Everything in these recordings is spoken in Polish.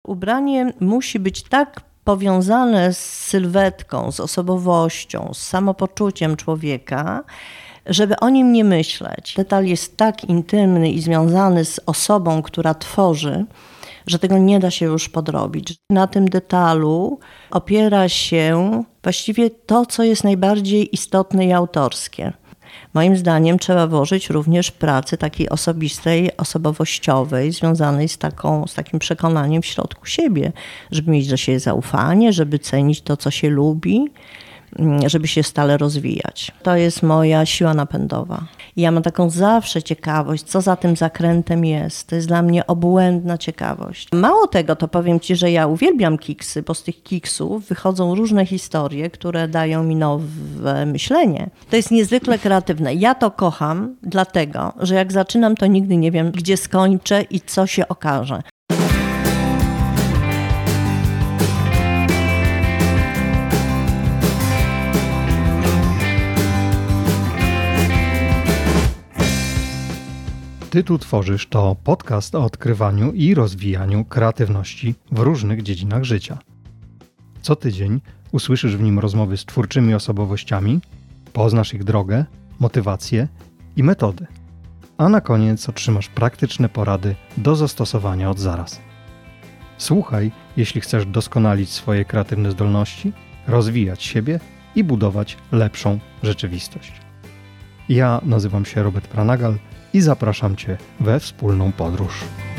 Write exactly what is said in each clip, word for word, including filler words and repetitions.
Ubranie musi być tak powiązane z sylwetką, z osobowością, z samopoczuciem człowieka, żeby o nim nie myśleć. Detal jest tak intymny i związany z osobą, która tworzy, że tego nie da się już podrobić. Na tym detalu opiera się właściwie to, co jest najbardziej istotne i autorskie. Moim zdaniem trzeba włożyć również pracy takiej osobistej, osobowościowej, związanej z, taką, z takim przekonaniem w środku siebie, żeby mieć do siebie zaufanie, żeby cenić to, co się lubi, żeby się stale rozwijać. To jest moja siła napędowa. I ja mam taką zawsze ciekawość, co za tym zakrętem jest. To jest dla mnie obłędna ciekawość. Mało tego, to powiem Ci, że ja uwielbiam kiksy, bo z tych kiksów wychodzą różne historie, które dają mi nowe myślenie. To jest niezwykle kreatywne. Ja to kocham dlatego, że jak zaczynam, to nigdy nie wiem, gdzie skończę i co się okaże. Ty tu tworzysz to podcast o odkrywaniu i rozwijaniu kreatywności w różnych dziedzinach życia. Co tydzień usłyszysz w nim rozmowy z twórczymi osobowościami, poznasz ich drogę, motywacje i metody. A na koniec otrzymasz praktyczne porady do zastosowania od zaraz. Słuchaj, jeśli chcesz doskonalić swoje kreatywne zdolności, rozwijać siebie i budować lepszą rzeczywistość. Ja nazywam się Robert Pranagal i zapraszam Cię we wspólną podróż.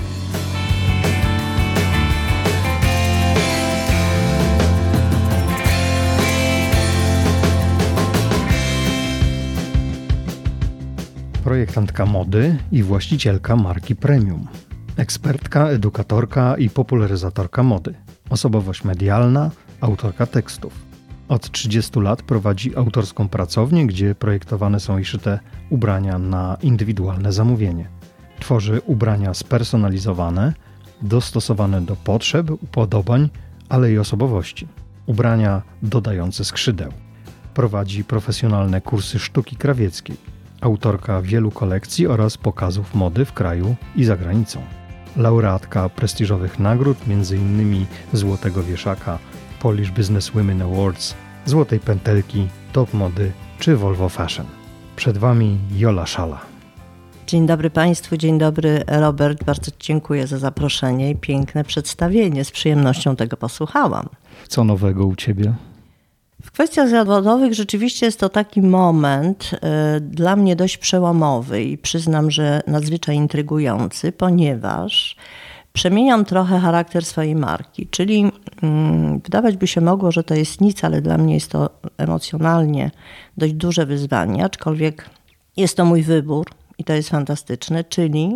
Projektantka mody i właścicielka marki Premium. Ekspertka, edukatorka i popularyzatorka mody. Osobowość medialna, autorka tekstów. Od trzydziestu lat prowadzi autorską pracownię, gdzie projektowane są i szyte ubrania na indywidualne zamówienie. Tworzy ubrania spersonalizowane, dostosowane do potrzeb, upodobań, ale i osobowości. Ubrania dodające skrzydeł. Prowadzi profesjonalne kursy sztuki krawieckiej. Autorka wielu kolekcji oraz pokazów mody w kraju i za granicą. Laureatka prestiżowych nagród, m.in. Złotego Wieszaka, Polish Business Women Awards, Złotej Pętelki, Top Mody czy Volvo Fashion. Przed Wami Jola Szala. Dzień dobry Państwu, dzień dobry Robert. Bardzo dziękuję za zaproszenie i piękne przedstawienie. Z przyjemnością tego posłuchałam. Co nowego u Ciebie? W kwestiach zawodowych rzeczywiście jest to taki moment y, dla mnie dość przełomowy i przyznam, że nadzwyczaj intrygujący, ponieważ przemieniam trochę charakter swojej marki, czyli mm, wydawać by się mogło, że to jest nic, ale dla mnie jest to emocjonalnie dość duże wyzwanie, aczkolwiek jest to mój wybór i to jest fantastyczne, czyli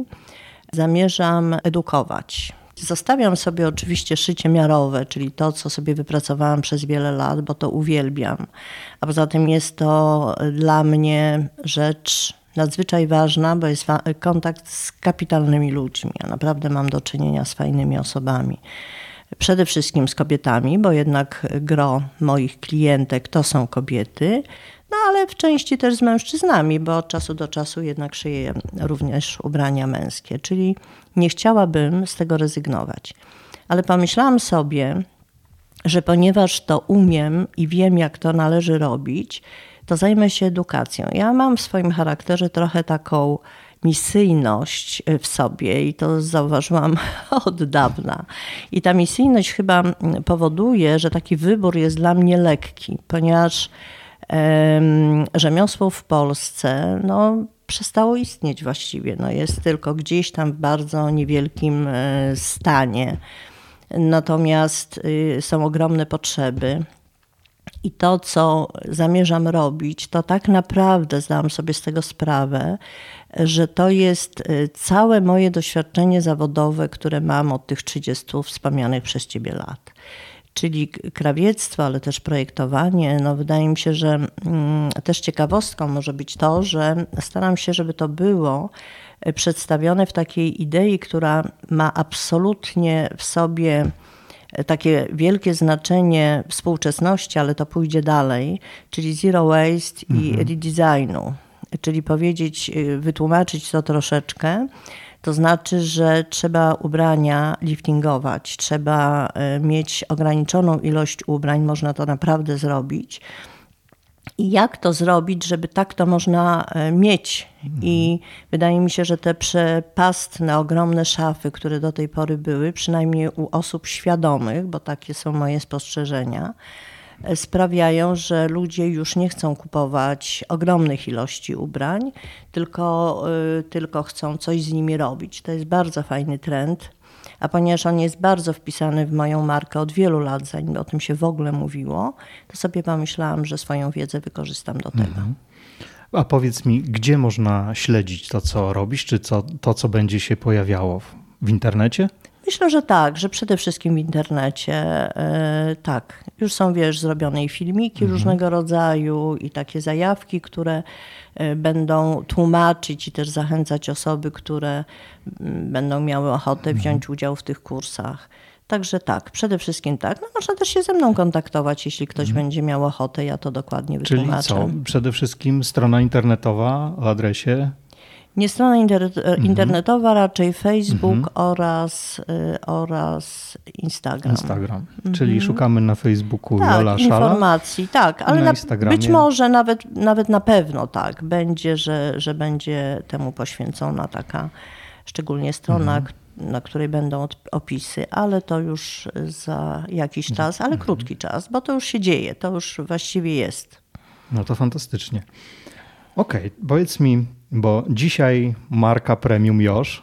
zamierzam edukować. Zostawiam sobie oczywiście szycie miarowe, czyli to, co sobie wypracowałam przez wiele lat, bo to uwielbiam, a poza tym jest to dla mnie rzecz nadzwyczaj ważna, bo jest kontakt z kapitalnymi ludźmi. Ja naprawdę mam do czynienia z fajnymi osobami. Przede wszystkim z kobietami, bo jednak gro moich klientek to są kobiety, no ale w części też z mężczyznami, bo od czasu do czasu jednak szyję również ubrania męskie, czyli nie chciałabym z tego rezygnować. Ale pomyślałam sobie, że ponieważ to umiem i wiem, jak to należy robić, to zajmę się edukacją. Ja mam w swoim charakterze trochę taką misyjność w sobie i to zauważyłam od dawna. I ta misyjność chyba powoduje, że taki wybór jest dla mnie lekki, ponieważ um, rzemiosło w Polsce no, przestało istnieć właściwie. No, jest tylko gdzieś tam w bardzo niewielkim stanie. Natomiast y, są ogromne potrzeby. I to, co zamierzam robić, to tak naprawdę zdałam sobie z tego sprawę, że to jest całe moje doświadczenie zawodowe, które mam od tych trzydziestu wspomnianych przez Ciebie lat. Czyli krawiectwo, ale też projektowanie. No wydaje mi się, że mm, też ciekawostką może być to, że staram się, żeby to było przedstawione w takiej idei, która ma absolutnie w sobie takie wielkie znaczenie współczesności, ale to pójdzie dalej, czyli zero waste mhm. i redesignu. czyli powiedzieć, wytłumaczyć to troszeczkę, to znaczy, że trzeba ubrania liftingować, trzeba mieć ograniczoną ilość ubrań, można to naprawdę zrobić. I jak to zrobić, żeby tak to można mieć? I wydaje mi się, że te przepastne, ogromne szafy, które do tej pory były, przynajmniej u osób świadomych, bo takie są moje spostrzeżenia, sprawiają, że ludzie już nie chcą kupować ogromnych ilości ubrań, tylko, tylko chcą coś z nimi robić. To jest bardzo fajny trend, a ponieważ on jest bardzo wpisany w moją markę od wielu lat, zanim o tym się w ogóle mówiło, to sobie pomyślałam, że swoją wiedzę wykorzystam do tego. Mhm. A powiedz mi, gdzie można śledzić to, co robisz, czy co, to, co będzie się pojawiało w, w internecie? Myślę, że tak, że przede wszystkim w internecie, yy, tak. Już są, wiesz, zrobione i filmiki mhm. różnego rodzaju i takie zajawki, które yy, będą tłumaczyć i też zachęcać osoby, które yy, będą miały ochotę mhm. wziąć udział w tych kursach. Także tak, przede wszystkim tak. No, można też się ze mną kontaktować, jeśli ktoś mhm. będzie miał ochotę, ja to dokładnie wytłumaczę. Czyli co? Przede wszystkim strona internetowa o adresie? Nie strona inter- internetowa, raczej Facebook mhm. oraz, y, oraz Instagram. Instagram. Mhm. Czyli szukamy na Facebooku tak, Jola Szala. Informacji, tak, ale na na, Instagramie. być może nawet, nawet na pewno tak będzie, że, że będzie temu poświęcona taka szczególnie strona, mhm. na której będą opisy, ale to już za jakiś czas, ale mhm. krótki czas, bo to już się dzieje, to już właściwie jest. No to fantastycznie. Okej, okay, powiedz mi, bo dzisiaj marka Premium Josz,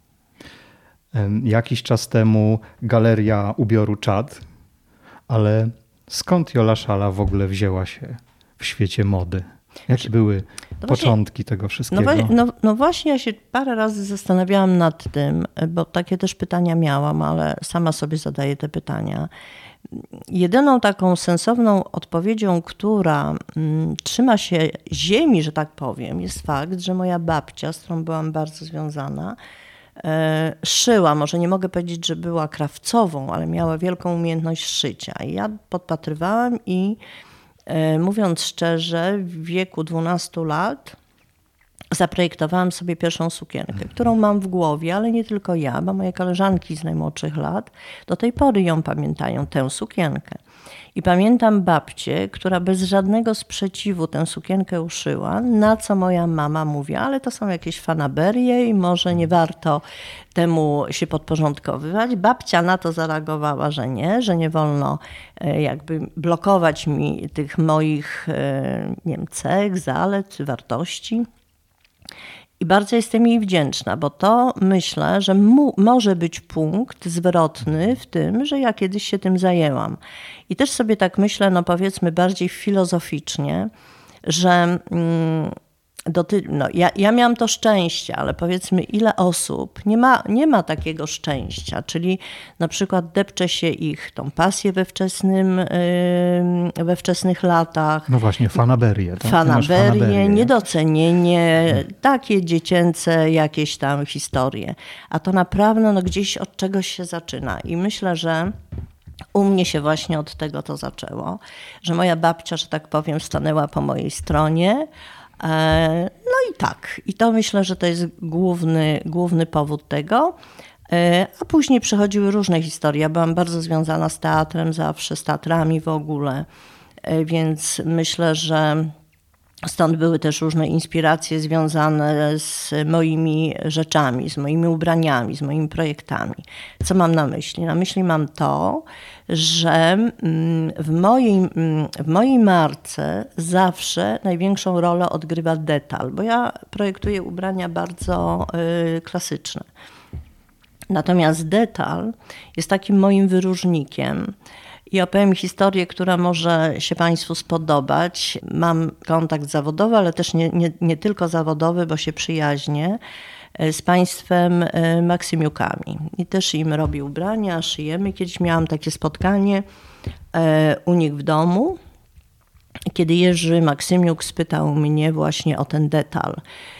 jakiś czas temu galeria ubioru Czad, ale skąd Jola Szala w ogóle wzięła się w świecie mody? Jakie były no początki właśnie, tego wszystkiego? No, no, no właśnie, ja się parę razy zastanawiałam nad tym, bo takie też pytania miałam, ale sama sobie zadaję te pytania. Jedyną taką sensowną odpowiedzią, która mm, trzyma się ziemi, że tak powiem, jest fakt, że moja babcia, z którą byłam bardzo związana, e, szyła, może nie mogę powiedzieć, że była krawcową, ale miała wielką umiejętność szycia. I ja podpatrywałam i e, mówiąc szczerze, w wieku dwunastu lat zaprojektowałam sobie pierwszą sukienkę, którą mam w głowie, ale nie tylko ja, bo moje koleżanki z najmłodszych lat do tej pory ją pamiętają, tę sukienkę. I pamiętam babcię, która bez żadnego sprzeciwu tę sukienkę uszyła, na co moja mama mówi, ale to są jakieś fanaberie i może nie warto temu się podporządkowywać. Babcia na to zareagowała, że nie, że nie wolno jakby blokować mi tych moich, nie wiem, cech, zalet, wartości. I bardzo jestem jej wdzięczna, bo to myślę, że mu, może być punkt zwrotny w tym, że ja kiedyś się tym zajęłam. I też sobie tak myślę, no powiedzmy bardziej filozoficznie, że mm, doty- no, ja, ja miałam to szczęście, ale powiedzmy ile osób nie ma, nie ma takiego szczęścia, czyli na przykład depcze się ich tą pasję we, wczesnym, yy, we wczesnych latach. No właśnie, fanaberie. Tak? Fanaberie, fanaberie, niedocenienie, takie dziecięce jakieś tam historie. A to naprawdę no, gdzieś od czegoś się zaczyna i myślę, że u mnie się właśnie od tego to zaczęło, że moja babcia, że tak powiem, stanęła po mojej stronie. No i tak. I to myślę, że to jest główny, główny powód tego. A później przychodziły różne historie. Ja byłam bardzo związana z teatrem zawsze, z teatrami w ogóle, więc myślę, że stąd były też różne inspiracje związane z moimi rzeczami, z moimi ubraniami, z moimi projektami. Co mam na myśli? Na myśli mam to, że w mojej, w mojej marce zawsze największą rolę odgrywa detal, bo ja projektuję ubrania bardzo y, klasyczne. Natomiast detal jest takim moim wyróżnikiem. I opowiem historię, która może się Państwu spodobać. Mam kontakt zawodowy, ale też nie, nie, nie tylko zawodowy, bo się przyjaźnię z państwem Maksymiukami. I też im robię ubrania, szyjemy. Kiedyś miałam takie spotkanie u nich w domu, kiedy Jerzy Maksymiuk spytał mnie właśnie o ten detal.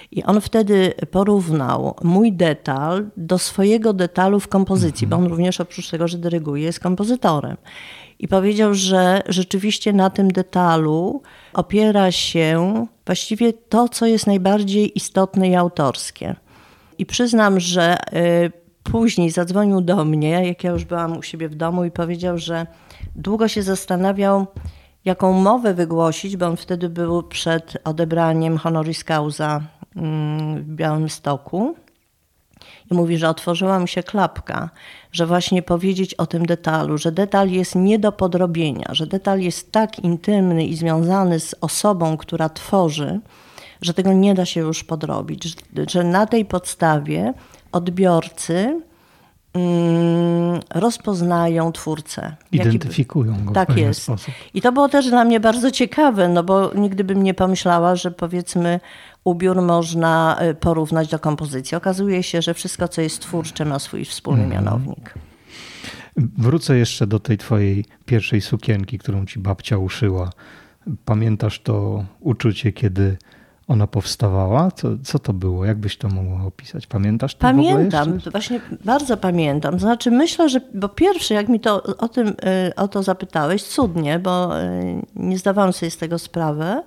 I on wtedy porównał mój detal do swojego detalu w kompozycji, mhm. bo on również oprócz tego, że dyryguje, jest kompozytorem. I powiedział, że rzeczywiście na tym detalu opiera się właściwie to, co jest najbardziej istotne i autorskie. I przyznam, że y, później zadzwonił do mnie, jak ja już byłam u siebie w domu i powiedział, że długo się zastanawiał, jaką mowę wygłosić, bo on wtedy był przed odebraniem honoris causa y, w Białymstoku. I mówi, że otworzyła mu się klapka, że właśnie powiedzieć o tym detalu, że detal jest nie do podrobienia, że detal jest tak intymny i związany z osobą, która tworzy, że tego nie da się już podrobić, że, że na tej podstawie odbiorcy mm, rozpoznają twórcę. Identyfikują Jaki... go w tak pewien jest. sposób. I to było też dla mnie bardzo ciekawe, no bo nigdy bym nie pomyślała, że powiedzmy ubiór można porównać do kompozycji. Okazuje się, że wszystko, co jest twórcze, ma swój wspólny mm. mianownik. Wrócę jeszcze do tej twojej pierwszej sukienki, którą ci babcia uszyła. Pamiętasz to uczucie, kiedy ona powstawała? Co, co to było? Jak byś to mogła opisać? Pamiętasz to? Pamiętam, właśnie bardzo pamiętam. Znaczy myślę, że bo pierwszy, jak mi to o tym o to zapytałeś, cudnie, bo nie zdawałam sobie z tego sprawy,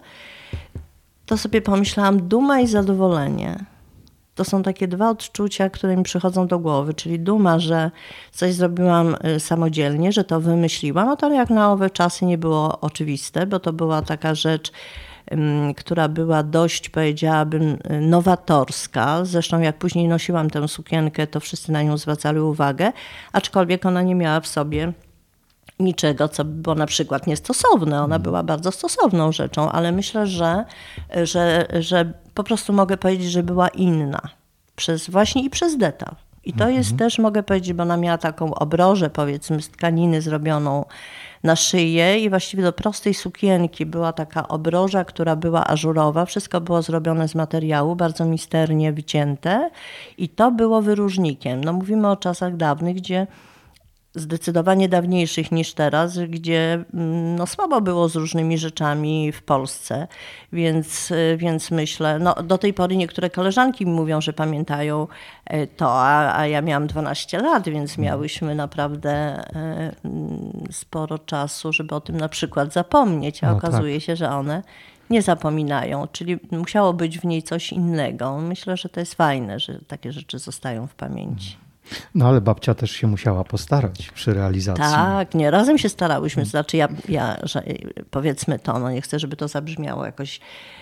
to sobie pomyślałam, duma i zadowolenie. To są takie dwa odczucia, które mi przychodzą do głowy, czyli duma, że coś zrobiłam samodzielnie, że to wymyśliłam, no to jak na owe czasy nie było oczywiste, bo to była taka rzecz, która była dość, powiedziałabym, nowatorska. Zresztą jak później nosiłam tę sukienkę, to wszyscy na nią zwracali uwagę, aczkolwiek ona nie miała w sobie niczego, co było na przykład niestosowne. Ona była bardzo stosowną rzeczą, ale myślę, że, że, że po prostu mogę powiedzieć, że była inna. Przez, właśnie i przez detal. I to mhm. jest też, mogę powiedzieć, bo ona miała taką obrożę, powiedzmy, z tkaniny zrobioną na szyję i właściwie do prostej sukienki była taka obroża, która była ażurowa. Wszystko było zrobione z materiału, bardzo misternie wycięte i to było wyróżnikiem. No mówimy o czasach dawnych, gdzie zdecydowanie dawniejszych niż teraz, gdzie no, słabo było z różnymi rzeczami w Polsce, więc, więc myślę, no do tej pory niektóre koleżanki mi mówią, że pamiętają to, a, a ja miałam dwanaście lat, więc miałyśmy naprawdę sporo czasu, żeby o tym na przykład zapomnieć, a no okazuje tak. się, że one nie zapominają, czyli musiało być w niej coś innego. Myślę, że to jest fajne, że takie rzeczy zostają w pamięci. No ale babcia też się musiała postarać przy realizacji. Tak, nie, razem się starałyśmy. Znaczy ja, ja że powiedzmy to, no nie chcę, żeby to zabrzmiało jakoś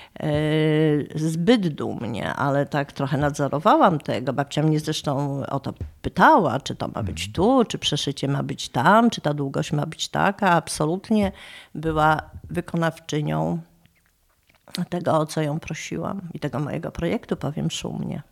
yy, zbyt dumnie, ale tak trochę nadzorowałam tego. Babcia mnie zresztą o to pytała, czy to ma być tu, czy przeszycie ma być tam, czy ta długość ma być taka. Absolutnie była wykonawczynią tego, o co ją prosiłam i tego mojego projektu, powiem szumnie.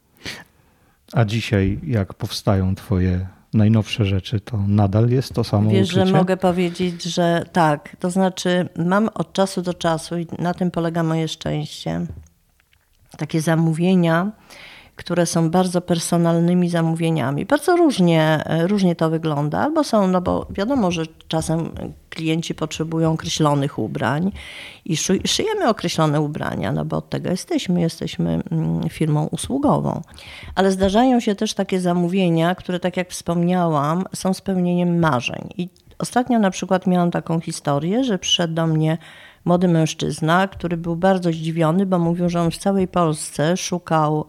A dzisiaj, jak powstają twoje najnowsze rzeczy, to nadal jest to samo Wiesz, uczucie? że mogę powiedzieć, że tak. To znaczy mam od czasu do czasu, i na tym polega moje szczęście, takie zamówienia, które są bardzo personalnymi zamówieniami. Bardzo różnie, różnie to wygląda. Albo są, no bo wiadomo, że czasem klienci potrzebują określonych ubrań i szyjemy określone ubrania, no bo od tego jesteśmy, jesteśmy firmą usługową. Ale zdarzają się też takie zamówienia, które, tak jak wspomniałam, są spełnieniem marzeń. I ostatnio na przykład miałam taką historię, że przyszedł do mnie młody mężczyzna, który był bardzo zdziwiony, bo mówił, że on w całej Polsce szukał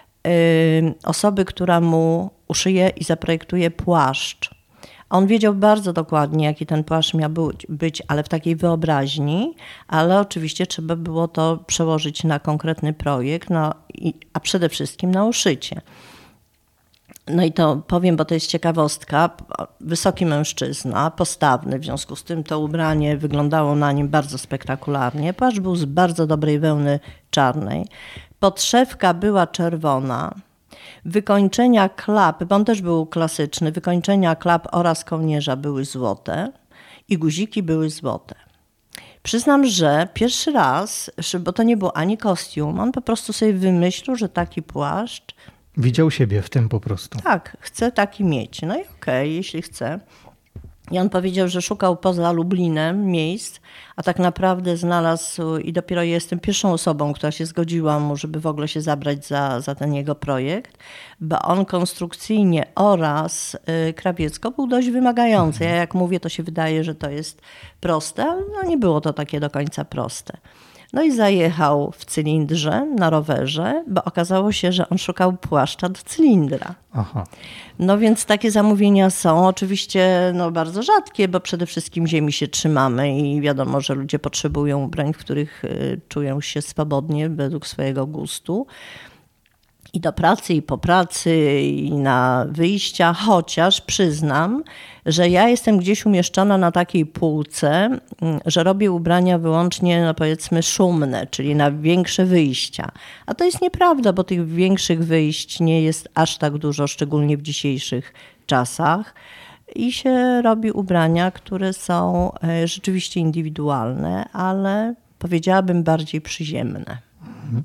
osoby, która mu uszyje i zaprojektuje płaszcz. On wiedział bardzo dokładnie, jaki ten płaszcz miał być, ale w takiej wyobraźni, ale oczywiście trzeba było to przełożyć na konkretny projekt, no, a przede wszystkim na uszycie. No i to powiem, bo to jest ciekawostka, wysoki mężczyzna, postawny, w związku z tym to ubranie wyglądało na nim bardzo spektakularnie. Płaszcz był z bardzo dobrej wełny czarnej. Podszewka była czerwona, wykończenia klap, bo on też był klasyczny, wykończenia klap oraz kołnierza były złote i guziki były złote. Przyznam, że pierwszy raz, bo to nie był ani kostium, on po prostu sobie wymyślił, że taki płaszcz... Widział siebie w tym po prostu. Tak, chce taki mieć. No i okej, okay, jeśli chce. I on powiedział, że szukał poza Lublinem miejsc, a tak naprawdę znalazł i dopiero jestem pierwszą osobą, która się zgodziła mu, żeby w ogóle się zabrać za, za ten jego projekt, bo on konstrukcyjnie oraz krawiecko był dość wymagający. Ja jak mówię, to się wydaje, że to jest proste, ale no nie było to takie do końca proste. No i zajechał w cylindrze na rowerze, bo okazało się, że on szukał płaszcza do cylindra. Aha. No więc takie zamówienia są oczywiście no, bardzo rzadkie, bo przede wszystkim ziemi się trzymamy i wiadomo, że ludzie potrzebują ubrań, w których y, czują się swobodnie według swojego gustu. I do pracy, i po pracy, i na wyjścia, chociaż przyznam, że ja jestem gdzieś umieszczona na takiej półce, że robię ubrania wyłącznie, no powiedzmy, szumne, czyli na większe wyjścia. A to jest nieprawda, bo tych większych wyjść nie jest aż tak dużo, szczególnie w dzisiejszych czasach. I się robi ubrania, które są rzeczywiście indywidualne, ale powiedziałabym bardziej przyziemne. Mhm.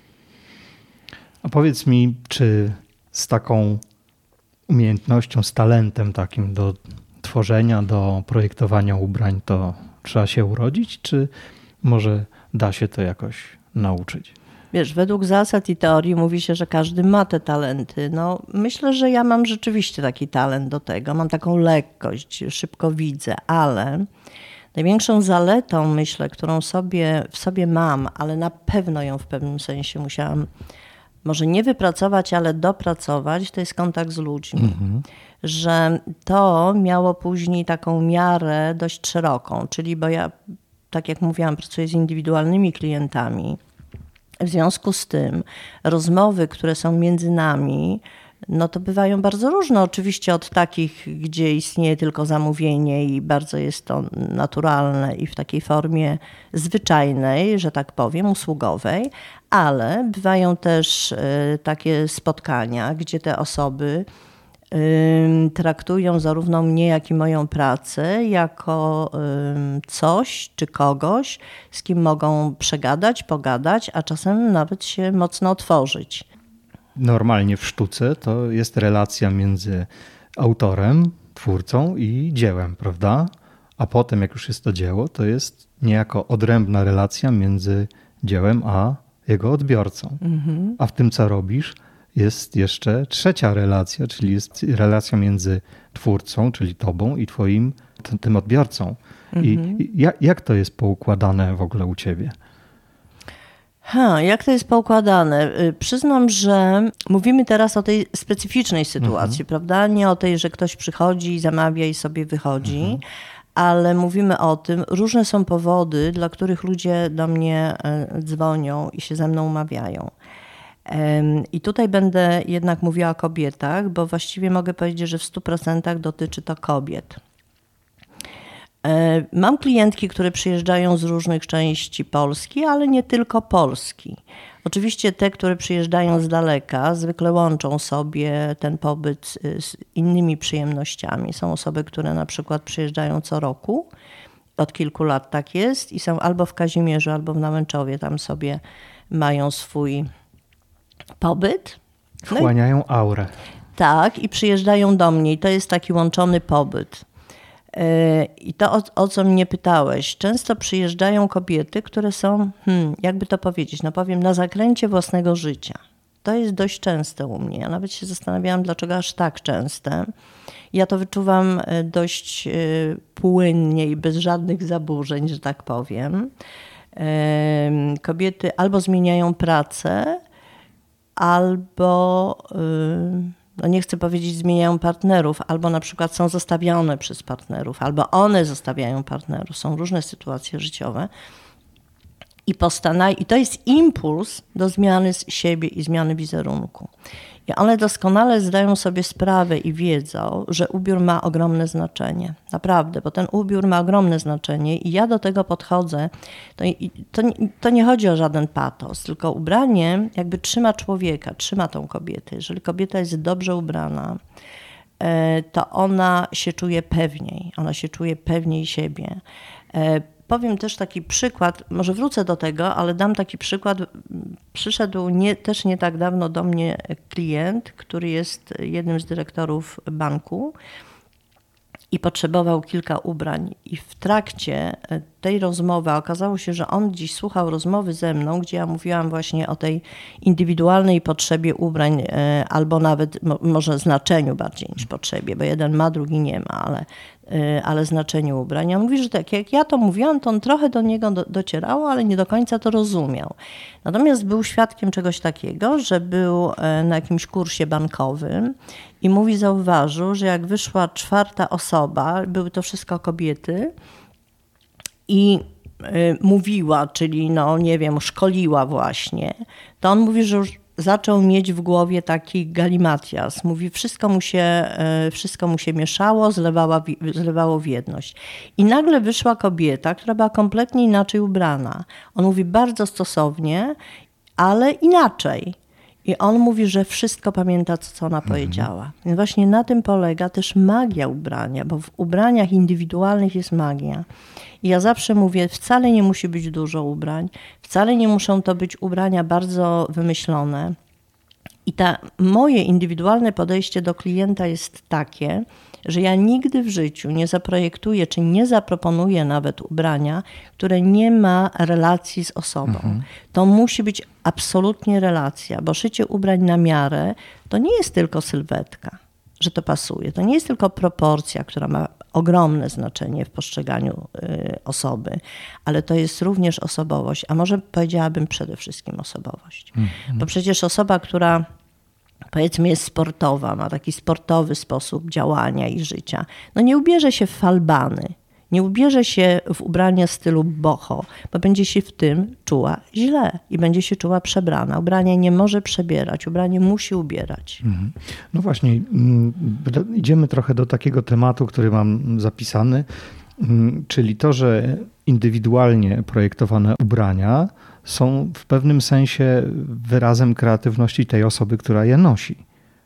A powiedz mi, czy z taką umiejętnością, z talentem takim do tworzenia, do projektowania ubrań to trzeba się urodzić, czy może da się to jakoś nauczyć? Wiesz, według zasad i teorii mówi się, że każdy ma te talenty. No, myślę, że ja mam rzeczywiście taki talent do tego. Mam taką lekkość, szybko widzę, ale największą zaletą, myślę, którą sobie, w sobie mam, ale na pewno ją w pewnym sensie musiałam może nie wypracować, ale dopracować, to jest kontakt z ludźmi. Mhm. Że to miało później taką miarę dość szeroką, czyli bo ja, tak jak mówiłam, pracuję z indywidualnymi klientami. W związku z tym rozmowy, które są między nami, no to bywają bardzo różne. Oczywiście od takich, gdzie istnieje tylko zamówienie i bardzo jest to naturalne i w takiej formie zwyczajnej, że tak powiem, usługowej, ale bywają też takie spotkania, gdzie te osoby traktują zarówno mnie, jak i moją pracę jako coś czy kogoś, z kim mogą przegadać, pogadać, a czasem nawet się mocno otworzyć. Normalnie w sztuce to jest relacja między autorem, twórcą i dziełem, prawda? A potem, jak już jest to dzieło, to jest niejako odrębna relacja między dziełem a jego odbiorcą. Mhm. A w tym, co robisz, jest jeszcze trzecia relacja, czyli jest relacja między twórcą, czyli tobą i twoim t- tym odbiorcą. Mhm. I jak, jak to jest poukładane w ogóle u ciebie? Ha, jak to jest poukładane? Przyznam, że mówimy teraz o tej specyficznej sytuacji, mhm. prawda? Nie o tej, że ktoś przychodzi, zamawia i sobie wychodzi, mhm. ale mówimy o tym, różne są powody, dla których ludzie do mnie dzwonią i się ze mną umawiają. I tutaj będę jednak mówiła o kobietach, bo właściwie mogę powiedzieć, że w stu procentach dotyczy to kobiet. Mam klientki, które przyjeżdżają z różnych części Polski, ale nie tylko Polski. Oczywiście te, które przyjeżdżają z daleka, zwykle łączą sobie ten pobyt z innymi przyjemnościami. Są osoby, które na przykład przyjeżdżają co roku, od kilku lat tak jest i są albo w Kazimierzu, albo w Nałęczowie, tam sobie mają swój pobyt. No wchłaniają aurę. Tak, i przyjeżdżają do mnie i to jest taki łączony pobyt. I to, o, o co mnie pytałeś, często przyjeżdżają kobiety, które są, hmm, jakby to powiedzieć, no powiem, na zakręcie własnego życia. To jest dość częste u mnie. Ja nawet się zastanawiałam, dlaczego aż tak częste. Ja to wyczuwam dość płynnie i bez żadnych zaburzeń, że tak powiem. Kobiety albo zmieniają pracę, albo... no nie chcę powiedzieć zmieniają partnerów, albo na przykład są zostawione przez partnerów, albo one zostawiają partnerów. Są różne sytuacje życiowe. I, postana- I to jest impuls do zmiany siebie i zmiany wizerunku. I one doskonale zdają sobie sprawę i wiedzą, że ubiór ma ogromne znaczenie. Naprawdę, bo ten ubiór ma ogromne znaczenie i ja do tego podchodzę. To, to, to nie chodzi o żaden patos, tylko ubranie jakby trzyma człowieka, trzyma tą kobietę. Jeżeli kobieta jest dobrze ubrana, to ona się czuje pewniej, ona się czuje pewniej siebie. Powiem też taki przykład, może wrócę do tego, ale dam taki przykład. Przyszedł nie, też nie tak dawno do mnie klient, który jest jednym z dyrektorów banku i potrzebował kilka ubrań. I w trakcie tej rozmowy okazało się, że on gdzieś słuchał rozmowy ze mną, gdzie ja mówiłam właśnie o tej indywidualnej potrzebie ubrań, albo nawet może znaczeniu bardziej niż potrzebie, bo jeden ma, drugi nie ma, ale, ale znaczeniu ubrań. On mówi, że tak jak ja to mówiłam, to on trochę do niego do, docierało, ale nie do końca to rozumiał. Natomiast był świadkiem czegoś takiego, że był na jakimś kursie bankowym i mówi, zauważył, że jak wyszła czwarta osoba, były to wszystko kobiety, i y, mówiła, czyli no nie wiem, szkoliła właśnie, to on mówi, że już zaczął mieć w głowie taki galimatias. Mówi, wszystko mu się, y, wszystko mu się mieszało, zlewała, zlewało w jedność. I nagle wyszła kobieta, która była kompletnie inaczej ubrana. On mówi bardzo stosownie, ale inaczej. I on mówi, że wszystko pamięta, co ona mhm. powiedziała. Więc właśnie na tym polega też magia ubrania, bo w ubraniach indywidualnych jest magia. I ja zawsze mówię, wcale nie musi być dużo ubrań, wcale nie muszą to być ubrania bardzo wymyślone. I ta moje indywidualne podejście do klienta jest takie, że ja nigdy w życiu nie zaprojektuję, czy nie zaproponuję nawet ubrania, które nie ma relacji z osobą. Mhm. To musi być absolutnie relacja, bo szycie ubrań na miarę to nie jest tylko sylwetka, że to pasuje. To nie jest tylko proporcja, która ma ogromne znaczenie w postrzeganiu y, osoby, ale to jest również osobowość, a może powiedziałabym przede wszystkim osobowość. Mhm. Bo przecież osoba, która powiedzmy jest sportowa, ma taki sportowy sposób działania i życia, no nie ubierze się w falbany, nie ubierze się w ubrania stylu boho, bo będzie się w tym czuła źle i będzie się czuła przebrana. Ubranie nie może przebierać, ubranie musi ubierać. Mhm. No właśnie, idziemy trochę do takiego tematu, który mam zapisany, czyli to, że indywidualnie projektowane ubrania są w pewnym sensie wyrazem kreatywności tej osoby, która je nosi.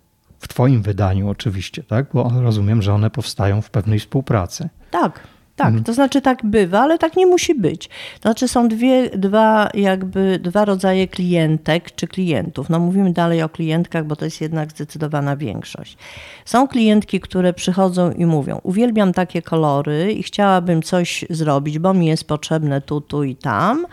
W twoim wydaniu oczywiście, tak? Bo rozumiem, że one powstają w pewnej współpracy. Tak. Tak, mhm. to znaczy tak bywa, ale tak nie musi być. To znaczy są dwie, dwa, jakby dwa rodzaje klientek czy klientów. No mówimy dalej o klientkach, bo to jest jednak zdecydowana większość. Są klientki, które przychodzą i mówią, uwielbiam takie kolory i chciałabym coś zrobić, bo mi jest potrzebne tu, tu i tam.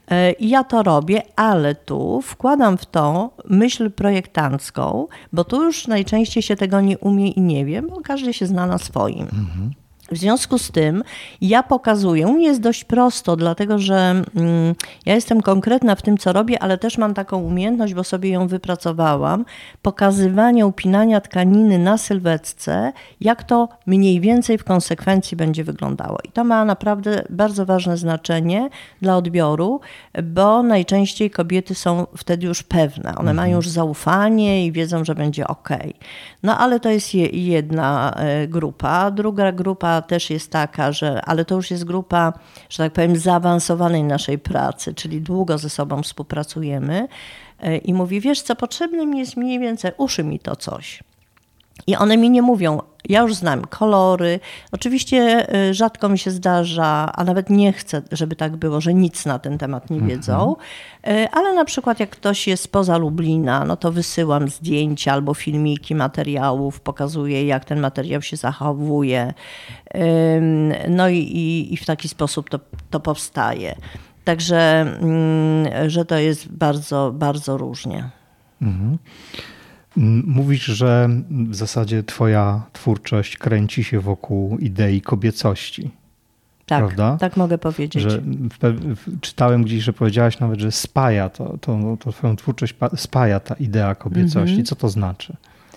I ja to robię, ale tu wkładam w to myśl projektancką, bo tu już najczęściej się tego nie umie i nie wiem, bo każdy się zna na swoim. Mhm. W związku z tym ja pokazuję, u mnie jest dość prosto, dlatego że mm, ja jestem konkretna w tym, co robię, ale też mam taką umiejętność, bo sobie ją wypracowałam, pokazywania, upinania tkaniny na sylwetce, jak to mniej więcej w konsekwencji będzie wyglądało. I to ma naprawdę bardzo ważne znaczenie dla odbioru, bo najczęściej kobiety są wtedy już pewne. One mhm. mają już zaufanie i wiedzą, że będzie okej. No ale to jest jedna grupa. Druga grupa też jest taka, że, ale to już jest grupa, że tak powiem, zaawansowanej naszej pracy, czyli długo ze sobą współpracujemy i mówi, wiesz co, potrzebne mi jest mniej więcej, uszy mi to coś. I one mi nie mówią, ja już znam kolory, oczywiście rzadko mi się zdarza, a nawet nie chcę, żeby tak było, że nic na ten temat nie wiedzą, mhm. ale na przykład jak ktoś jest spoza Lublina, no to wysyłam zdjęcia albo filmiki materiałów, pokazuję jak ten materiał się zachowuje, no i, i, i w taki sposób to, to powstaje. Także, że to jest bardzo, bardzo różnie. Mhm. Mówisz, że w zasadzie twoja twórczość kręci się wokół idei kobiecości. Tak, prawda? Tak mogę powiedzieć. Że w, w, czytałem gdzieś, że powiedziałaś nawet, że spaja to, to, to twoją twórczość spaja ta idea kobiecości. Mhm. Co to znaczy?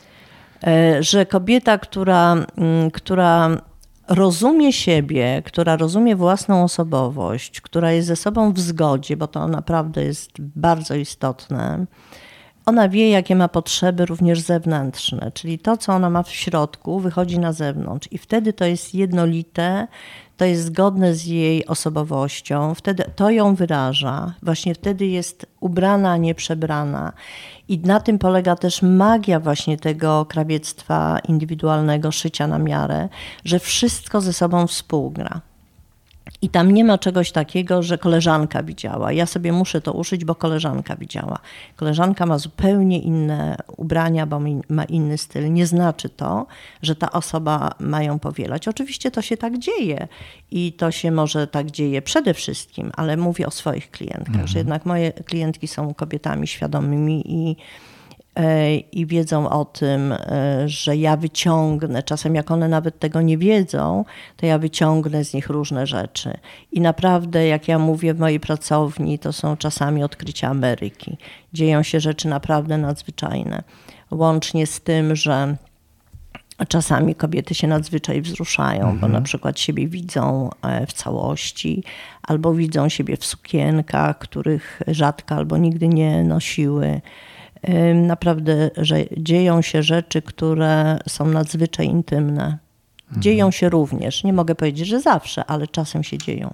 Że kobieta, która, która rozumie siebie, która rozumie własną osobowość, która jest ze sobą w zgodzie, bo to naprawdę jest bardzo istotne, ona wie, jakie ma potrzeby również zewnętrzne, czyli to, co ona ma w środku, wychodzi na zewnątrz i wtedy to jest jednolite, to jest zgodne z jej osobowością, wtedy to ją wyraża, właśnie wtedy jest ubrana, a nie przebrana. I na tym polega też magia właśnie tego krawiectwa indywidualnego, szycia na miarę, że wszystko ze sobą współgra. I tam nie ma czegoś takiego, że koleżanka widziała. Ja sobie muszę to uszyć, bo koleżanka widziała. Koleżanka ma zupełnie inne ubrania, bo ma inny styl. Nie znaczy to, że ta osoba ma ją powielać. Oczywiście to się tak dzieje i to się może tak dzieje przede wszystkim, ale mówię o swoich klientkach, mhm. że jednak moje klientki są kobietami świadomymi i i wiedzą o tym, że ja wyciągnę, czasem jak one nawet tego nie wiedzą, to ja wyciągnę z nich różne rzeczy. I naprawdę, jak ja mówię w mojej pracowni, to są czasami odkrycia Ameryki. Dzieją się rzeczy naprawdę nadzwyczajne. Łącznie z tym, że czasami kobiety się nadzwyczaj wzruszają, mhm. bo na przykład siebie widzą w całości, albo widzą siebie w sukienkach, których rzadko albo nigdy nie nosiły. Naprawdę, że dzieją się rzeczy, które są nadzwyczaj intymne. Dzieją mhm. się również. Nie mogę powiedzieć, że zawsze, ale czasem się dzieją.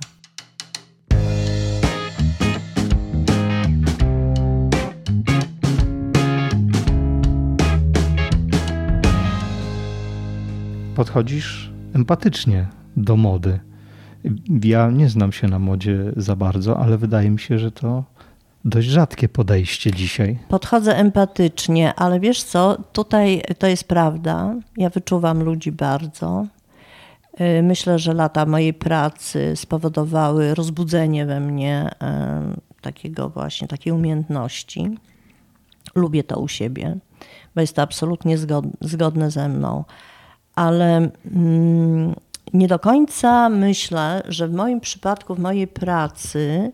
Podchodzisz empatycznie do mody. Ja nie znam się na modzie za bardzo, ale wydaje mi się, że to dość rzadkie podejście dzisiaj. Podchodzę empatycznie, ale wiesz co, tutaj to jest prawda. Ja wyczuwam ludzi bardzo. Myślę, że lata mojej pracy spowodowały rozbudzenie we mnie takiego właśnie, takiej umiejętności. Lubię to u siebie, bo jest to absolutnie zgodne ze mną. Ale mm, nie do końca myślę, że w moim przypadku, w mojej pracy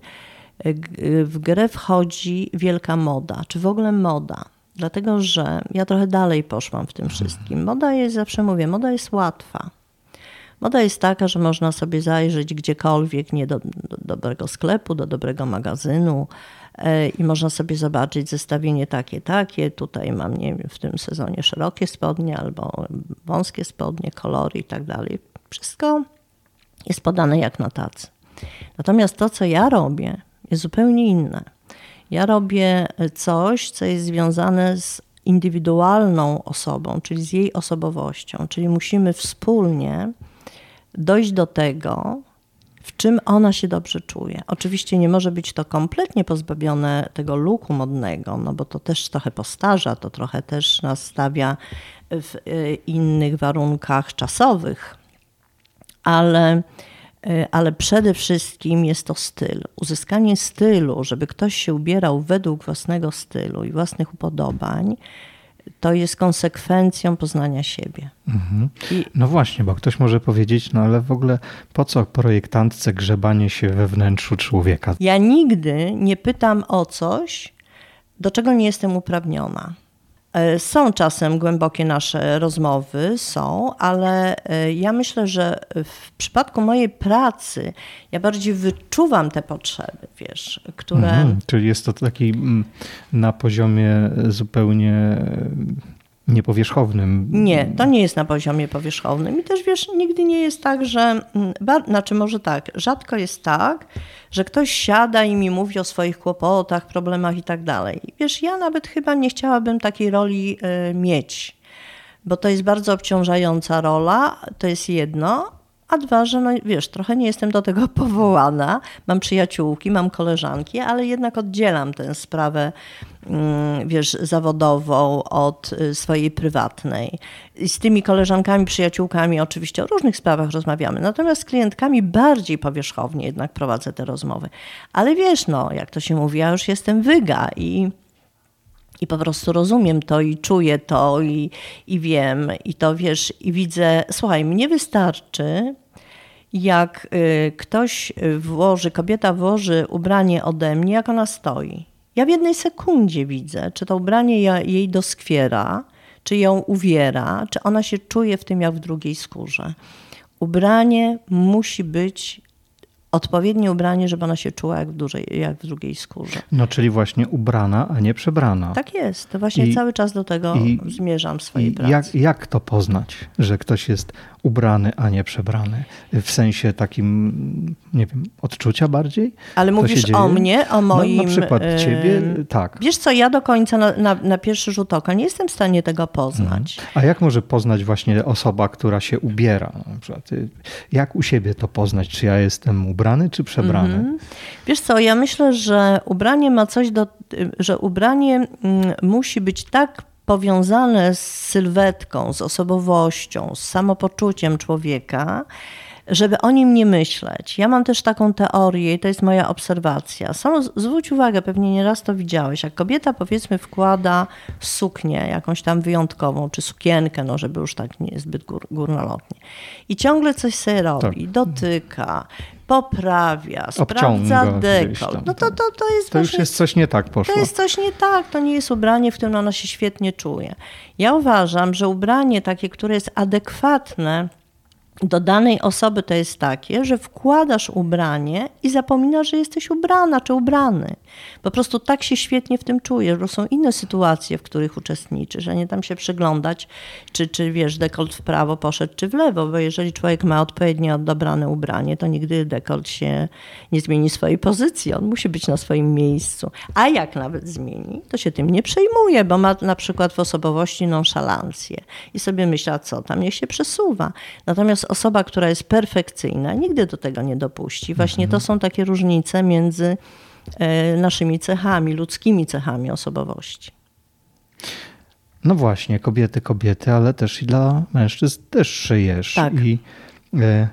w grę wchodzi wielka moda, czy w ogóle moda. Dlatego, że ja trochę dalej poszłam w tym wszystkim. Moda jest, zawsze mówię, moda jest łatwa. Moda jest taka, że można sobie zajrzeć gdziekolwiek, nie do, do dobrego sklepu, do dobrego magazynu i można sobie zobaczyć zestawienie takie, takie. Tutaj mam, nie wiem, w tym sezonie szerokie spodnie albo wąskie spodnie, kolory i tak dalej. Wszystko jest podane jak na tacy. Natomiast to, co ja robię, jest zupełnie inne. Ja robię coś, co jest związane z indywidualną osobą, czyli z jej osobowością. Czyli musimy wspólnie dojść do tego, w czym ona się dobrze czuje. Oczywiście nie może być to kompletnie pozbawione tego looku modnego, no bo to też trochę postarza, to trochę też nas stawia w innych warunkach czasowych, ale ale przede wszystkim jest to styl. Uzyskanie stylu, żeby ktoś się ubierał według własnego stylu i własnych upodobań, to jest konsekwencją poznania siebie. Mhm. I... No właśnie, bo ktoś może powiedzieć, no ale w ogóle po co projektantce grzebanie się we wnętrzu człowieka? Ja nigdy nie pytam o coś, do czego nie jestem uprawniona. Są czasem głębokie nasze rozmowy, są, ale ja myślę, że w przypadku mojej pracy ja bardziej wyczuwam te potrzeby, wiesz, które... Mhm, czyli jest to taki na poziomie zupełnie niepowierzchownym. Nie, to nie jest na poziomie powierzchownym i też wiesz, nigdy nie jest tak, że, znaczy może tak, rzadko jest tak, że ktoś siada i mi mówi o swoich kłopotach, problemach i tak dalej. Wiesz, ja nawet chyba nie chciałabym takiej roli y, mieć, bo to jest bardzo obciążająca rola, to jest jedno, a dwa, że no wiesz, trochę nie jestem do tego powołana, mam przyjaciółki, mam koleżanki, ale jednak oddzielam tę sprawę, wiesz, zawodową od swojej prywatnej. I z tymi koleżankami, przyjaciółkami oczywiście o różnych sprawach rozmawiamy, natomiast z klientkami bardziej powierzchownie jednak prowadzę te rozmowy. Ale wiesz, no, jak to się mówi, ja już jestem wyga i I po prostu rozumiem to i czuję to i, i wiem i to wiesz i widzę. Słuchaj, mnie wystarczy, jak ktoś włoży, kobieta włoży ubranie ode mnie, jak ona stoi. Ja w jednej sekundzie widzę, czy to ubranie jej doskwiera, czy ją uwiera, czy ona się czuje w tym jak w drugiej skórze. Ubranie musi być odpowiednie ubranie, żeby ona się czuła jak w, dużej, jak w drugiej skórze. No czyli właśnie ubrana, a nie przebrana. Tak jest. To właśnie I, cały czas do tego i, zmierzam w swojej i pracy. Jak, jak to poznać, że ktoś jest ubrany, a nie przebrany? W sensie takim, nie wiem, odczucia bardziej? Ale to mówisz o mnie, o moim... No, na przykład ciebie, tak. Wiesz co, ja do końca na, na, na pierwszy rzut oka nie jestem w stanie tego poznać. Mhm. A jak może poznać właśnie osoba, która się ubiera? Na przykład, jak u siebie to poznać? Czy ja jestem ubrany, czy przebrany? Mhm. Wiesz co, ja myślę, że ubranie ma coś do... że ubranie musi być tak powiązane z sylwetką, z osobowością, z samopoczuciem człowieka, żeby o nim nie myśleć. Ja mam też taką teorię i to jest moja obserwacja. Samo zwróć uwagę, pewnie nieraz to widziałeś, jak kobieta powiedzmy wkłada suknię jakąś tam wyjątkową, czy sukienkę, no żeby już tak nie zbyt gór, górnolotnie. I ciągle coś sobie robi, tak. dotyka, poprawia, sprawdza dekolt. No to, to, to jest To właśnie, już jest coś nie tak poszło. To jest coś nie tak, to nie jest ubranie, w którym ona się świetnie czuje. Ja uważam, że ubranie takie, które jest adekwatne do danej osoby, to jest takie, że wkładasz ubranie i zapominasz, że jesteś ubrana czy ubrany. Po prostu tak się świetnie w tym czujesz, bo są inne sytuacje, w których uczestniczysz, a nie tam się przyglądać, czy, czy wiesz, dekolt w prawo poszedł, czy w lewo, bo jeżeli człowiek ma odpowiednio dobrane ubranie, to nigdy dekolt się nie zmieni swojej pozycji, on musi być na swoim miejscu. A jak nawet zmieni, to się tym nie przejmuje, bo ma na przykład w osobowości nonszalancję i sobie myśla, co tam, niech się przesuwa. Natomiast osoba, która jest perfekcyjna, nigdy do tego nie dopuści. Właśnie to są takie różnice między naszymi cechami, ludzkimi cechami osobowości. No właśnie, kobiety, kobiety, ale też i dla mężczyzn też szyjesz. Tak. I e,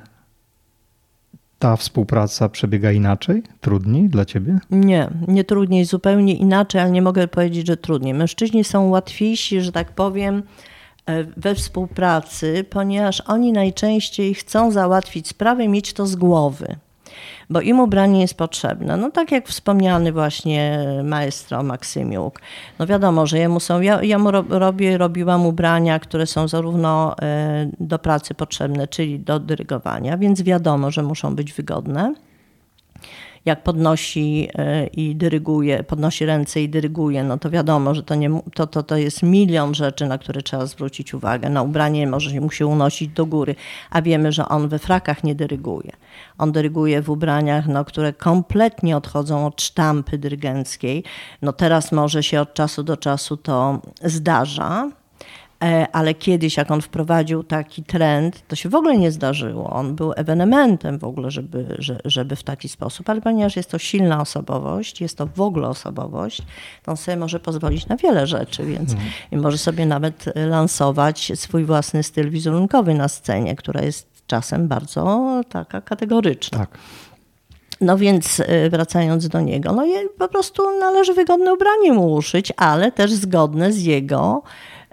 ta współpraca przebiega inaczej? Trudniej dla ciebie? Nie, nie trudniej, zupełnie inaczej, ale nie mogę powiedzieć, że trudniej. Mężczyźni są łatwiejsi, że tak powiem, we współpracy, ponieważ oni najczęściej chcą załatwić sprawę i mieć to z głowy, bo im ubranie jest potrzebne. No tak jak wspomniany właśnie maestro Maksymiuk. No wiadomo, że jemu są, ja, ja mu robię, robiłam ubrania, które są zarówno do pracy potrzebne, czyli do dyrygowania, więc wiadomo, że muszą być wygodne. Jak podnosi i dyryguje, podnosi ręce i dyryguje, no to wiadomo, że to, nie, to, to, to jest milion rzeczy, na które trzeba zwrócić uwagę. Na ubranie może się musi unosić do góry, a wiemy, że on we frakach nie dyryguje. On dyryguje w ubraniach, no, które kompletnie odchodzą od sztampy dyrygenckiej. No teraz może się od czasu do czasu to zdarza, ale kiedyś, jak on wprowadził taki trend, to się w ogóle nie zdarzyło. On był ewenementem w ogóle, żeby, żeby w taki sposób, ale ponieważ jest to silna osobowość, jest to w ogóle osobowość, to on sobie może pozwolić na wiele rzeczy, więc hmm. może sobie nawet lansować swój własny styl wizerunkowy na scenie, która jest czasem bardzo taka kategoryczna. Tak. No więc wracając do niego, no po prostu należy wygodne ubranie mu uszyć, ale też zgodne z jego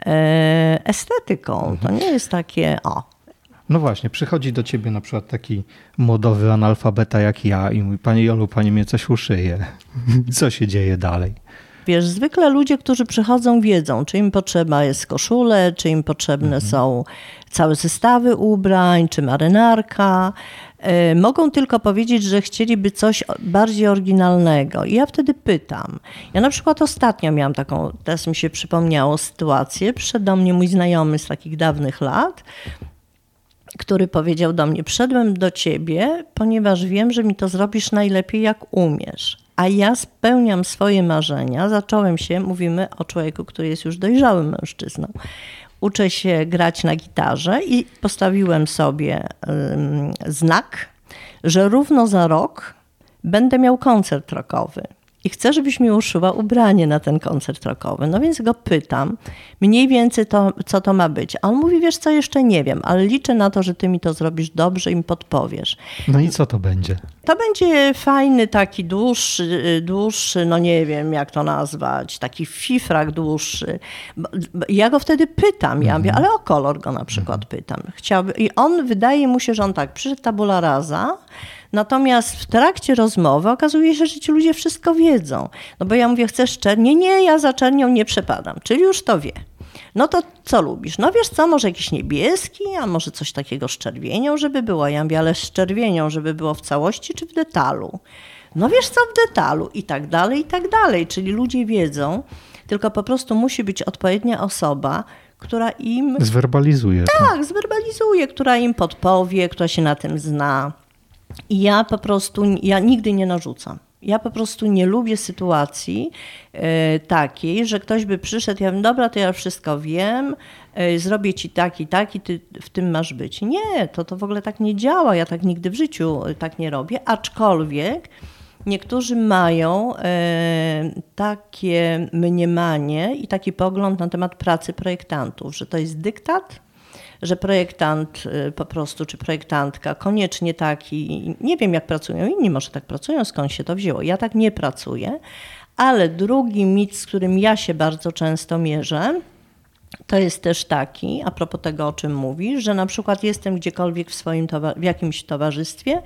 estetyką. To nie jest takie, o. No właśnie, przychodzi do ciebie na przykład taki modowy analfabeta jak ja i mówi: Pani Jolu, pani mnie coś uszyje. Co się dzieje dalej? Wiesz, zwykle ludzie, którzy przychodzą, wiedzą, czy im potrzeba jest koszule, czy im potrzebne mhm. są całe zestawy ubrań, czy marynarka. Mogą tylko powiedzieć, że chcieliby coś bardziej oryginalnego. I ja wtedy pytam. Ja na przykład ostatnio miałam taką, teraz mi się przypomniało sytuację, przyszedł do mnie mój znajomy z takich dawnych lat, który powiedział do mnie: przyszedłem do ciebie, ponieważ wiem, że mi to zrobisz najlepiej, jak umiesz. A ja spełniam swoje marzenia. Zacząłem się, mówimy o człowieku, który jest już dojrzałym mężczyzną. Uczę się grać na gitarze i postawiłem sobie um, znak, że równo za rok będę miał koncert rockowy. I chcę, żebyś mi uszyła ubranie na ten koncert rockowy. No więc go pytam, mniej więcej to, co to ma być. A on mówi: wiesz co, jeszcze nie wiem, ale liczę na to, że ty mi to zrobisz dobrze i mi podpowiesz. No i co to będzie? To będzie fajny, taki dłuższy, dłuższy, no nie wiem jak to nazwać, taki fifrak dłuższy. Ja go wtedy pytam, ja mówię, ale o kolor go na przykład pytam. Chciałby, i on, wydaje mu się, że on tak, przyszedł tabula rasa, natomiast w trakcie rozmowy okazuje się, że ci ludzie wszystko wiedzą. No bo ja mówię: chcesz czernią? Nie, nie, ja za czernią nie przepadam, czyli już to wie. No to co lubisz? No wiesz co, może jakiś niebieski, a może coś takiego z czerwienią, żeby było. Ja mówię: ale z czerwienią, żeby było w całości czy w detalu? No wiesz co, w detalu i tak dalej, i tak dalej. Czyli ludzie wiedzą, tylko po prostu musi być odpowiednia osoba, która im... Zwerbalizuje. Tak, to. zwerbalizuje, która im podpowie, która się na tym zna. I ja po prostu, ja nigdy nie narzucam. Ja po prostu nie lubię sytuacji y, takiej, że ktoś by przyszedł, ja wiem, dobra, to ja wszystko wiem, y, zrobię ci tak i tak i ty w tym masz być. Nie, to, to w ogóle tak nie działa, ja tak nigdy w życiu tak nie robię, aczkolwiek niektórzy mają y, takie mniemanie i taki pogląd na temat pracy projektantów, że to jest dyktat, że projektant po prostu, czy projektantka koniecznie taki, nie wiem jak pracują inni, może tak pracują, skąd się to wzięło. Ja tak nie pracuję, ale drugi mit, z którym ja się bardzo często mierzę, to jest też taki, a propos tego, o czym mówisz, że na przykład jestem gdziekolwiek w swoim w jakimś towarzystwie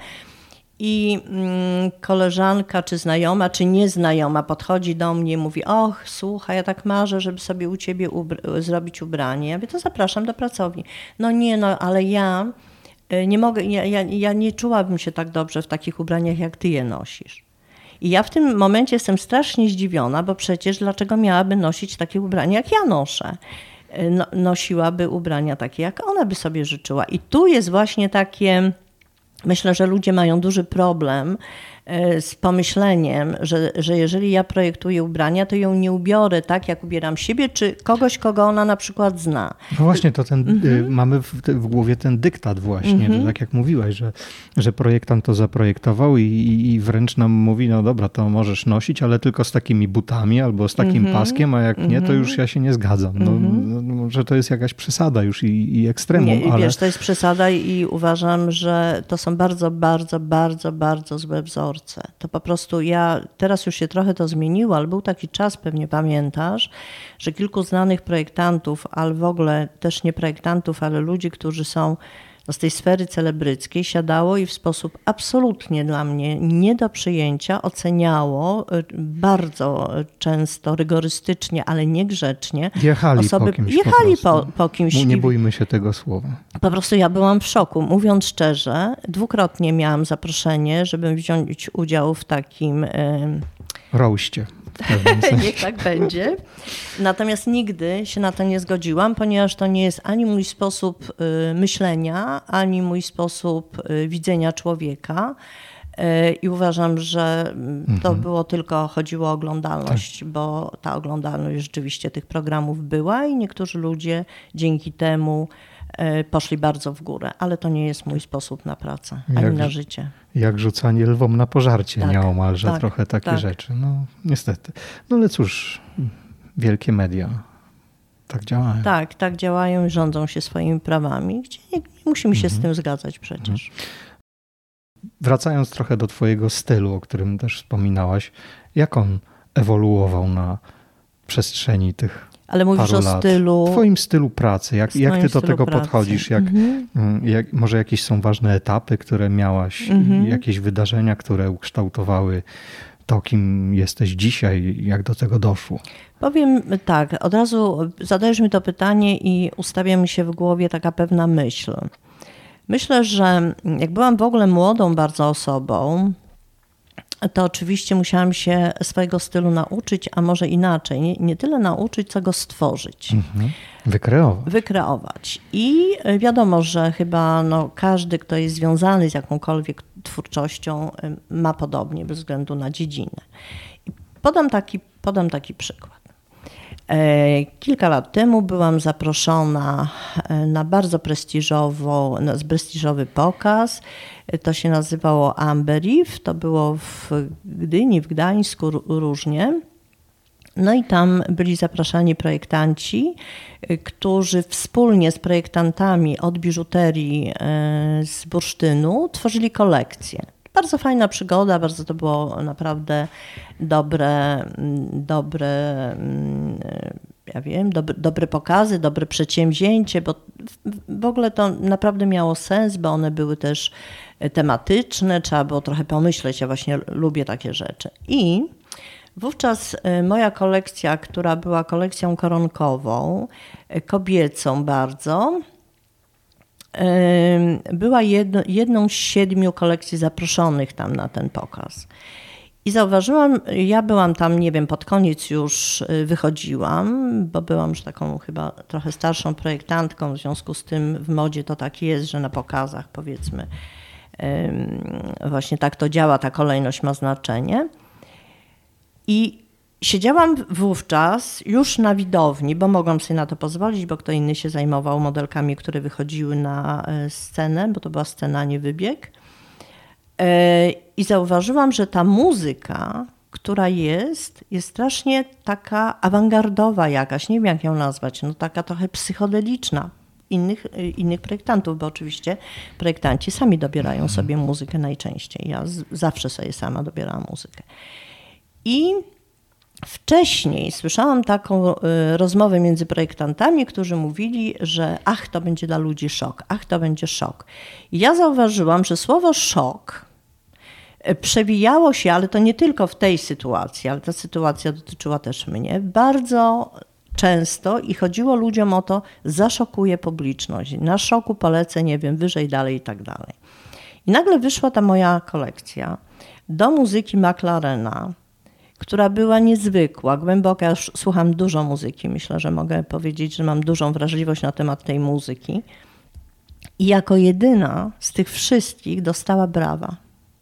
i mm, koleżanka, czy znajoma, czy nieznajoma podchodzi do mnie i mówi, och, słuchaj, ja tak marzę, żeby sobie u ciebie ubr- zrobić ubranie. Ja mówię, to zapraszam do pracowni. No nie, no ale ja nie mogę, ja, ja, ja nie czułabym się tak dobrze w takich ubraniach, jak ty je nosisz. I ja w tym momencie jestem strasznie zdziwiona, bo przecież dlaczego miałaby nosić takie ubrania, jak ja noszę? No, nosiłaby ubrania takie, jak ona by sobie życzyła. I tu jest właśnie takie... Myślę, że ludzie mają duży problem z pomyśleniem, że, że jeżeli ja projektuję ubrania, to ją nie ubiorę tak, jak ubieram siebie, czy kogoś, kogo ona na przykład zna. No właśnie, to ten, mm-hmm. mamy w, w głowie ten dyktat właśnie, mm-hmm. tak jak mówiłaś, że, że projektant to zaprojektował i, i wręcz nam mówi, no dobra, to możesz nosić, ale tylko z takimi butami albo z takim mm-hmm. paskiem, a jak mm-hmm. nie, to już ja się nie zgadzam. No, mm-hmm. no, że to jest jakaś przesada już i, i ekstremum. Nie, ale... wiesz, to jest przesada i uważam, że to są bardzo, bardzo, bardzo, bardzo złe wzorce. To po prostu ja, teraz już się trochę to zmieniło, ale był taki czas, pewnie pamiętasz, że kilku znanych projektantów, ale w ogóle też nie projektantów, ale ludzi, którzy są no, z tej sfery celebryckiej, siadało i w sposób absolutnie dla mnie nie do przyjęcia oceniało bardzo często rygorystycznie, ale niegrzecznie. Jechali osoby, po kimś Jechali po, po, po kimś. Nie bójmy się tego słowa. Po prostu ja byłam w szoku. Mówiąc szczerze, dwukrotnie miałam zaproszenie, żeby wziąć udział w takim... Yy... roście. Niech tak będzie. Natomiast nigdy się na to nie zgodziłam, ponieważ to nie jest ani mój sposób myślenia, ani mój sposób widzenia człowieka. I uważam, że to mhm. było tylko, chodziło o oglądalność, tak. bo ta oglądalność rzeczywiście tych programów była i niektórzy ludzie dzięki temu poszli bardzo w górę, ale to nie jest mój sposób na pracę, ani jak, na życie. Jak rzucanie lwom na pożarcie, tak, nieomalże tak, trochę takie tak. rzeczy. No niestety. No ale cóż, wielkie media tak działają. Tak, tak działają i rządzą się swoimi prawami, gdzie nie, nie musimy się mhm. z tym zgadzać przecież. Mhm. Wracając trochę do twojego stylu, o którym też wspominałaś, jak on ewoluował na przestrzeni tych Ale mówisz o lat. stylu... W twoim stylu pracy. Jak, jak ty do tego pracy. podchodzisz? Jak, mm-hmm. jak, może jakieś są ważne etapy, które miałaś? Mm-hmm. Jakieś wydarzenia, które ukształtowały to, kim jesteś dzisiaj? Jak do tego doszło? Powiem tak. Od razu zadajesz mi to pytanie i ustawia mi się w głowie taka pewna myśl. Myślę, że jak byłam w ogóle młodą bardzo osobą, to oczywiście musiałam się swojego stylu nauczyć, a może inaczej, nie, nie tyle nauczyć, co go stworzyć. Mhm. Wykreować. Wykreować. I wiadomo, że chyba no, każdy, kto jest związany z jakąkolwiek twórczością, ma podobnie bez względu na dziedzinę. I podam taki, podam taki przykład. Kilka lat temu byłam zaproszona na bardzo prestiżową, na prestiżowy pokaz. To się nazywało Amberiv, to było w Gdyni, w Gdańsku różnie. No i tam byli zapraszani projektanci, którzy wspólnie z projektantami od biżuterii z bursztynu tworzyli kolekcję. Bardzo fajna przygoda, bardzo to było naprawdę dobre, dobre, ja wiem, dobre, dobre pokazy, dobre przedsięwzięcie, bo w ogóle to naprawdę miało sens, bo one były też tematyczne, trzeba było trochę pomyśleć, ja właśnie lubię takie rzeczy. I wówczas moja kolekcja, która była kolekcją koronkową, kobiecą bardzo, była jedno, jedną z siedmiu kolekcji zaproszonych tam na ten pokaz. I zauważyłam, ja byłam tam, nie wiem, pod koniec już wychodziłam, bo byłam już taką chyba trochę starszą projektantką, w związku z tym w modzie to tak jest, że na pokazach powiedzmy właśnie tak to działa, ta kolejność ma znaczenie. I siedziałam wówczas już na widowni, bo mogłam sobie na to pozwolić, bo kto inny się zajmował modelkami, które wychodziły na scenę, bo to była scena, a nie wybieg. I zauważyłam, że ta muzyka, która jest, jest strasznie taka awangardowa jakaś, nie wiem jak ją nazwać, no taka trochę psychodeliczna innych, innych projektantów, bo oczywiście projektanci sami dobierają sobie muzykę najczęściej. Ja z, zawsze sobie sama dobierałam muzykę. I wcześniej słyszałam taką rozmowę między projektantami, którzy mówili, że ach, to będzie dla ludzi szok, ach, to będzie szok. I ja zauważyłam, że słowo szok przewijało się, ale to nie tylko w tej sytuacji, ale ta sytuacja dotyczyła też mnie, bardzo często i chodziło ludziom o to, zaszokuje publiczność, na szoku polecę, nie wiem, wyżej, dalej i tak dalej. I nagle wyszła ta moja kolekcja do muzyki McLarena, która była niezwykła, głęboka. Ja już słucham dużo muzyki, myślę, że mogę powiedzieć, że mam dużą wrażliwość na temat tej muzyki. I jako jedyna z tych wszystkich dostała brawa.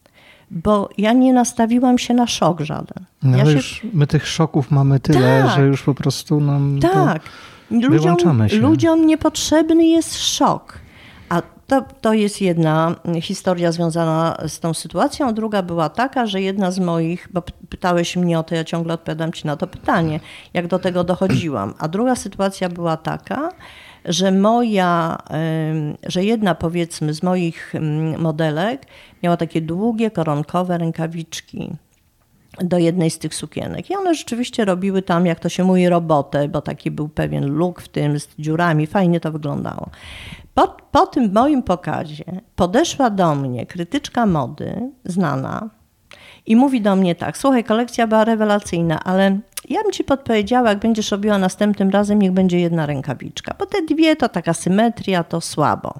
Bo ja nie nastawiłam się na szok żaden. No ja ale się... już my tych szoków mamy tyle, tak, że już po prostu nam tak. to wyłączamy się. Ludziom niepotrzebny jest szok. A to, to jest jedna historia związana z tą sytuacją. Druga była taka, że jedna z moich, bo pytałeś mnie o to, ja ciągle odpowiadam ci na to pytanie, jak do tego dochodziłam. A druga sytuacja była taka, że moja, że jedna powiedzmy z moich modelek miała takie długie, koronkowe rękawiczki do jednej z tych sukienek. I one rzeczywiście robiły tam, jak to się mówi, robotę, bo taki był pewien look w tym, z dziurami, fajnie to wyglądało. Po, po tym moim pokazie podeszła do mnie krytyczka mody, znana, i mówi do mnie tak, słuchaj, kolekcja była rewelacyjna, ale ja bym ci podpowiedziała, jak będziesz robiła następnym razem, niech będzie jedna rękawiczka, bo te dwie to taka symetria, to słabo.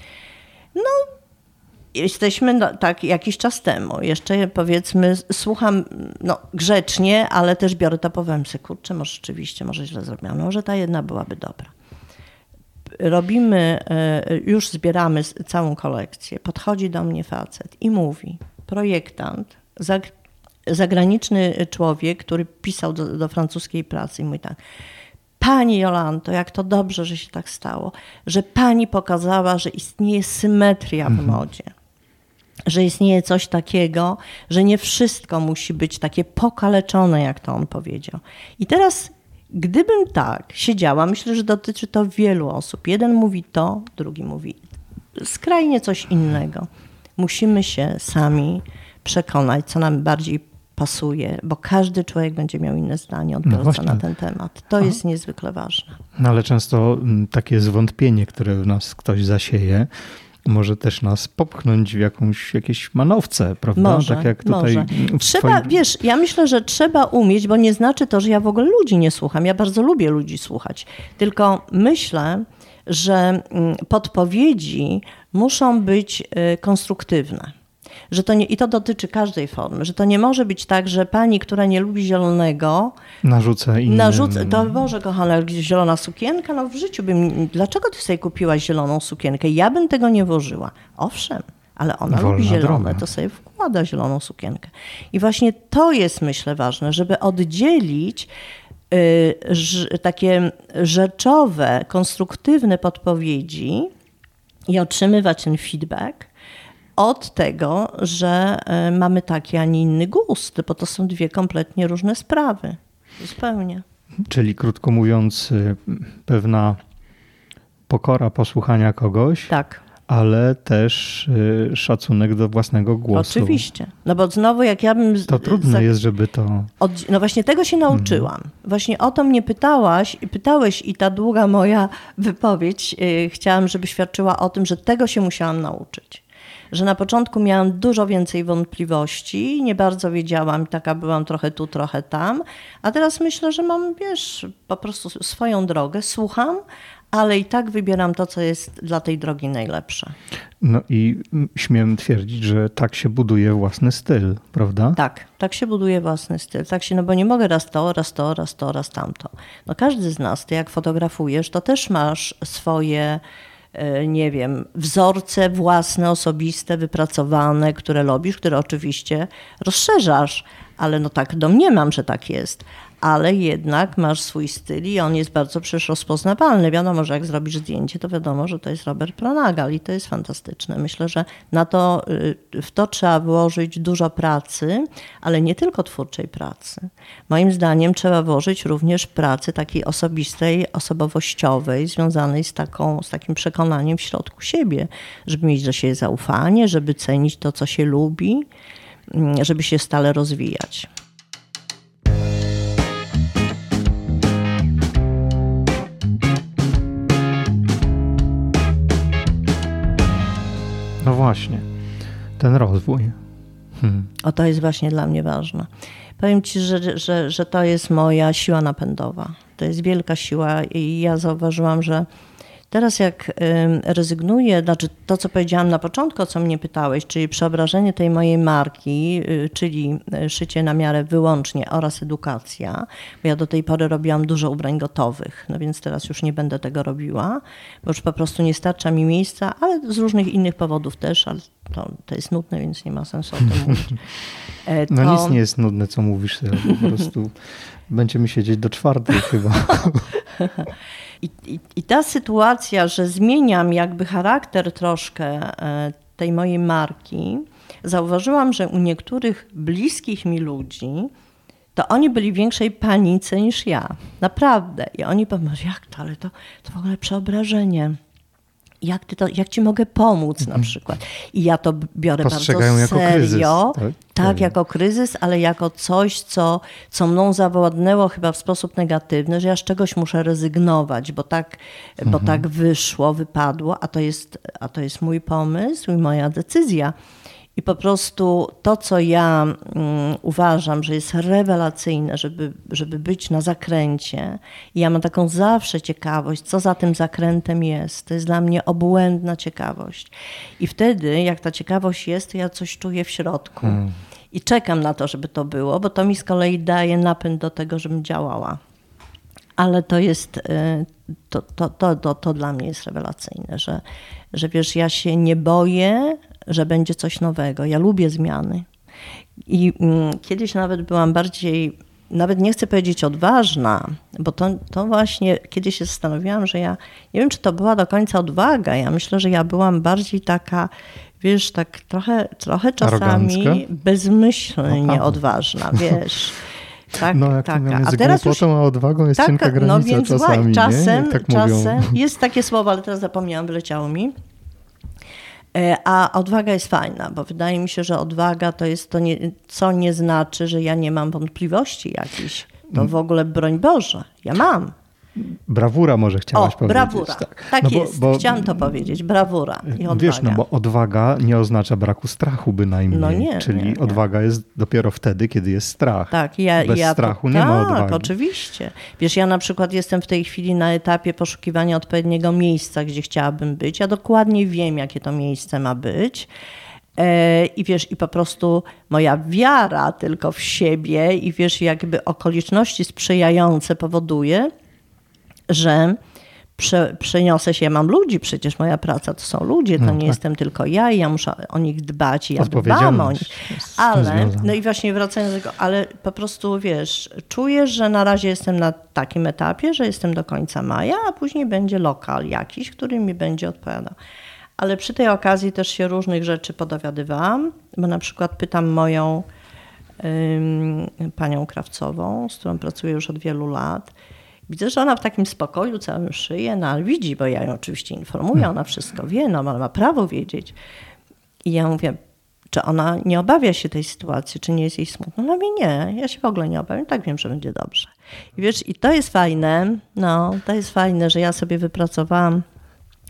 No, jesteśmy no, tak jakiś czas temu, jeszcze powiedzmy, słucham no, grzecznie, ale też biorę to, powiem sobie, kurczę, może rzeczywiście, może źle zrobione, może ta jedna byłaby dobra. Robimy, już zbieramy całą kolekcję, podchodzi do mnie facet i mówi, projektant, zagraniczny człowiek, który pisał do, do francuskiej pracy i mówi tak, pani Jolanto, jak to dobrze, że się tak stało, że pani pokazała, że istnieje symetria w modzie, że istnieje coś takiego, że nie wszystko musi być takie pokaleczone, jak to on powiedział. I teraz gdybym tak siedziała, myślę, że dotyczy to wielu osób. Jeden mówi to, drugi mówi skrajnie coś innego. Musimy się sami przekonać, co nam bardziej pasuje, bo każdy człowiek będzie miał inne zdanie odbiorca no na ten temat. To Aha. jest niezwykle ważne. No ale często takie zwątpienie, które w nas ktoś zasieje, może też nas popchnąć w jakąś, jakieś manowce, prawda? Może, tak jak tutaj może. Trzeba, swoim... wiesz, ja myślę, że trzeba umieć, bo nie znaczy to, że ja w ogóle ludzi nie słucham. Ja bardzo lubię ludzi słuchać. Tylko myślę, że podpowiedzi muszą być konstruktywne. Że to nie, i to dotyczy każdej formy, że to nie może być tak, że pani, która nie lubi zielonego, narzuca innym. Narzuca, to Boże kochana, zielona sukienka, no w życiu bym, dlaczego ty sobie kupiłaś zieloną sukienkę? Ja bym tego nie włożyła. Owszem, ale ona Wolna lubi zielone, droga. To sobie wkłada zieloną sukienkę. I właśnie to jest, myślę, ważne, żeby oddzielić y, ż, takie rzeczowe, konstruktywne podpowiedzi i otrzymywać ten feedback, od tego, że mamy taki, a nie inny gust, bo to są dwie kompletnie różne sprawy. Zupełnie. Czyli krótko mówiąc, pewna pokora posłuchania kogoś, tak. ale też szacunek do własnego głosu. Oczywiście. No bo znowu jak ja bym... To trudne za... jest, żeby to... Od... No właśnie tego się nauczyłam. Mhm. Właśnie o to mnie pytałaś, pytałeś i ta długa moja wypowiedź, yy, chciałam, żeby świadczyła o tym, że tego się musiałam nauczyć. że na początku miałam dużo więcej wątpliwości, nie bardzo wiedziałam, taka byłam trochę tu, trochę tam, a teraz myślę, że mam, wiesz, po prostu swoją drogę, słucham, ale i tak wybieram to, co jest dla tej drogi najlepsze. No i śmiem twierdzić, że tak się buduje własny styl, prawda? Tak, tak się buduje własny styl. Tak się, no bo nie mogę raz to, raz to, raz to, raz tamto. No każdy z nas, ty jak fotografujesz, to też masz swoje, nie wiem, wzorce własne, osobiste, wypracowane, które lubisz, które oczywiście rozszerzasz, ale no tak domniemam, że tak jest. Ale jednak masz swój styl i on jest bardzo przecież rozpoznawalny. Wiadomo, że jak zrobisz zdjęcie, to wiadomo, że to jest Robert Planagal i to jest fantastyczne. Myślę, że na to, w to trzeba włożyć dużo pracy, ale nie tylko twórczej pracy. Moim zdaniem trzeba włożyć również pracy takiej osobistej, osobowościowej, związanej z, taką, z takim przekonaniem w środku siebie, żeby mieć do siebie zaufanie, żeby cenić to, co się lubi, żeby się stale rozwijać. No właśnie, ten rozwój. Hmm. O, to jest właśnie dla mnie ważne. Powiem ci, że, że, że to jest moja siła napędowa. To jest wielka siła i ja zauważyłam, że teraz jak rezygnuję, znaczy to, co powiedziałam na początku, o co mnie pytałeś, czyli przeobrażenie tej mojej marki, czyli szycie na miarę wyłącznie oraz edukacja, bo ja do tej pory robiłam dużo ubrań gotowych, no więc teraz już nie będę tego robiła, bo już po prostu nie starcza mi miejsca, ale z różnych innych powodów też, ale to, to jest nudne, więc nie ma sensu o tym mówić. To... No nic nie jest nudne, co mówisz, po prostu będziemy siedzieć do czwartej chyba. I, i, I ta sytuacja, że zmieniam jakby charakter troszkę tej mojej marki, zauważyłam, że u niektórych bliskich mi ludzi, to oni byli w większej panice niż ja. Naprawdę. I oni pomyśleli, jak to, ale to, to w ogóle przeobrażenie. Jak, ty to, jak ci mogę pomóc na przykład? I ja to biorę bardzo serio. Jako kryzys, tak? Tak, jako kryzys, ale jako coś, co, co mną zawładnęło chyba w sposób negatywny, że ja z czegoś muszę rezygnować, bo tak, mhm. bo tak wyszło, wypadło, a to jest, a to jest mój pomysł i moja decyzja. I po prostu to, co ja um, uważam, że jest rewelacyjne, żeby, żeby być na zakręcie, i ja mam taką zawsze ciekawość, co za tym zakrętem jest. To jest dla mnie obłędna ciekawość. I wtedy, jak ta ciekawość jest, to ja coś czuję w środku. Hmm. I czekam na to, żeby to było, bo to mi z kolei daje napęd do tego, żebym działała. Ale to jest, to, to, to, to, to dla mnie jest rewelacyjne, że, że wiesz, ja się nie boję, że będzie coś nowego. Ja lubię zmiany. I mm, kiedyś nawet byłam bardziej, nawet nie chcę powiedzieć odważna, bo to, to właśnie kiedyś się zastanowiłam, że ja, nie wiem, czy to była do końca odwaga. Ja myślę, że ja byłam bardziej taka, wiesz, tak trochę, trochę czasami arogancka? Bezmyślnie Aha. odważna, wiesz. Tak, no jak taka. Między a teraz głupotą już, a odwagą jest tak, cienka granica no więc czasami, czasem, nie? Tak czasem mówią. jest takie słowo, ale teraz zapomniałam, wyleciało mi. A odwaga jest fajna, bo wydaje mi się, że odwaga to jest to, nie, co nie znaczy, że ja nie mam wątpliwości jakichś. To w ogóle, broń Boże, ja mam. Brawura może chciałaś o, powiedzieć. Brawura. Tak, tak no jest, bo, bo, chciałam to powiedzieć, brawura i odwaga. Wiesz, no bo odwaga nie oznacza braku strachu bynajmniej, no nie, czyli nie, nie. odwaga jest dopiero wtedy, kiedy jest strach. Tak, ja, Bez ja strachu to, nie tak, ma odwagi. Tak, oczywiście. Wiesz, ja na przykład jestem w tej chwili na etapie poszukiwania odpowiedniego miejsca, gdzie chciałabym być. Ja dokładnie wiem, jakie to miejsce ma być. I wiesz, i po prostu moja wiara tylko w siebie i wiesz, jakby okoliczności sprzyjające powoduje, że prze, przeniosę się, ja mam ludzi, przecież moja praca to są ludzie, to no, nie tak. jestem tylko ja i ja muszę o nich dbać i ja dbam o nich. Ale, no i właśnie wracając do tego, ale po prostu wiesz, czuję, że na razie jestem na takim etapie, że jestem do końca maja, a później będzie lokal jakiś, który mi będzie odpowiadał. Ale przy tej okazji też się różnych rzeczy podowiadywałam, bo na przykład pytam moją ym, panią krawcową, z którą pracuję już od wielu lat. Widzę, że ona w takim spokoju całym szyje, no ale widzi, bo ja ją oczywiście informuję, ona wszystko wie, no ale ma prawo wiedzieć. I ja mówię, czy ona nie obawia się tej sytuacji, czy nie jest jej smutno? No mówi, nie, ja się w ogóle nie obawiam, tak wiem, że będzie dobrze. I wiesz, i to jest fajne, no to jest fajne, że ja sobie wypracowałam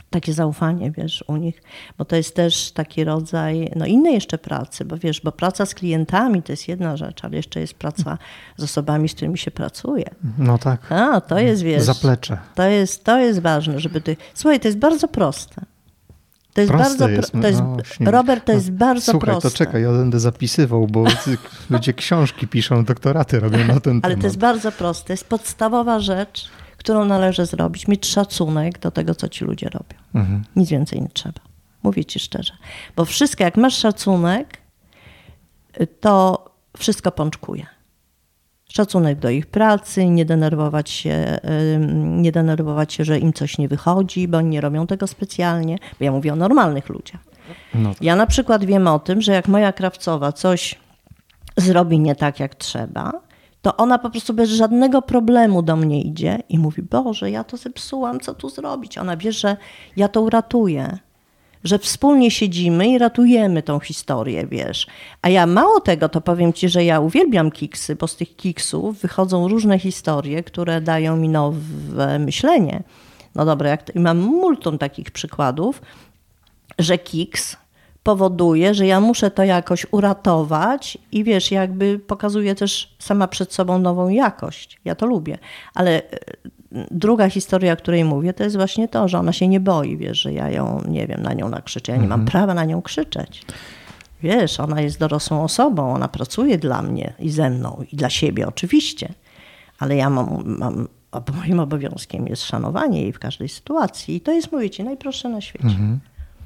takie zaufanie, wiesz, u nich, bo to jest też taki rodzaj, no innej jeszcze pracy, bo wiesz, bo praca z klientami to jest jedna rzecz, ale jeszcze jest praca z osobami, z którymi się pracuje. No tak. A, to jest, wiesz, zaplecze. To jest, to jest ważne, żeby ty... Słuchaj, to jest bardzo proste. To jest Proste bardzo, jest. to jest, no, Robert, to jest no, bardzo słuchaj, proste. to czekaj, ja będę zapisywał, bo ludzie książki piszą, doktoraty robią na ten Ale temat. to jest bardzo proste. To jest podstawowa rzecz, którą należy zrobić. Mieć szacunek do tego, co ci ludzie robią. Mhm. Nic więcej nie trzeba. Mówię ci szczerze. Bo wszystko, jak masz szacunek, to wszystko pączkuje. Szacunek do ich pracy, nie denerwować się, nie denerwować się, że im coś nie wychodzi, bo oni nie robią tego specjalnie. Bo ja mówię o normalnych ludziach. No. Ja na przykład wiem o tym, że jak moja krawcowa coś zrobi nie tak, jak trzeba, to ona po prostu bez żadnego problemu do mnie idzie i mówi: Boże, ja to zepsułam, co tu zrobić? Ona wie, że ja to uratuję, że wspólnie siedzimy i ratujemy tą historię, wiesz. A ja mało tego, to powiem ci, że ja uwielbiam kiksy, bo z tych kiksów wychodzą różne historie, które dają mi nowe myślenie. No dobra, jak, mam multum takich przykładów, że kiks powoduje, że ja muszę to jakoś uratować i wiesz, jakby pokazuje też sama przed sobą nową jakość. Ja to lubię. Ale druga historia, o której mówię, to jest właśnie to, że ona się nie boi, wiesz, że ja ją, nie wiem, na nią nakrzyczę. Ja nie mam prawa na nią krzyczeć. Wiesz, ona jest dorosłą osobą, ona pracuje dla mnie i ze mną i dla siebie oczywiście, ale ja mam, mam moim obowiązkiem jest szanowanie jej w każdej sytuacji i to jest, mówię ci, najprostsze na świecie. Mhm.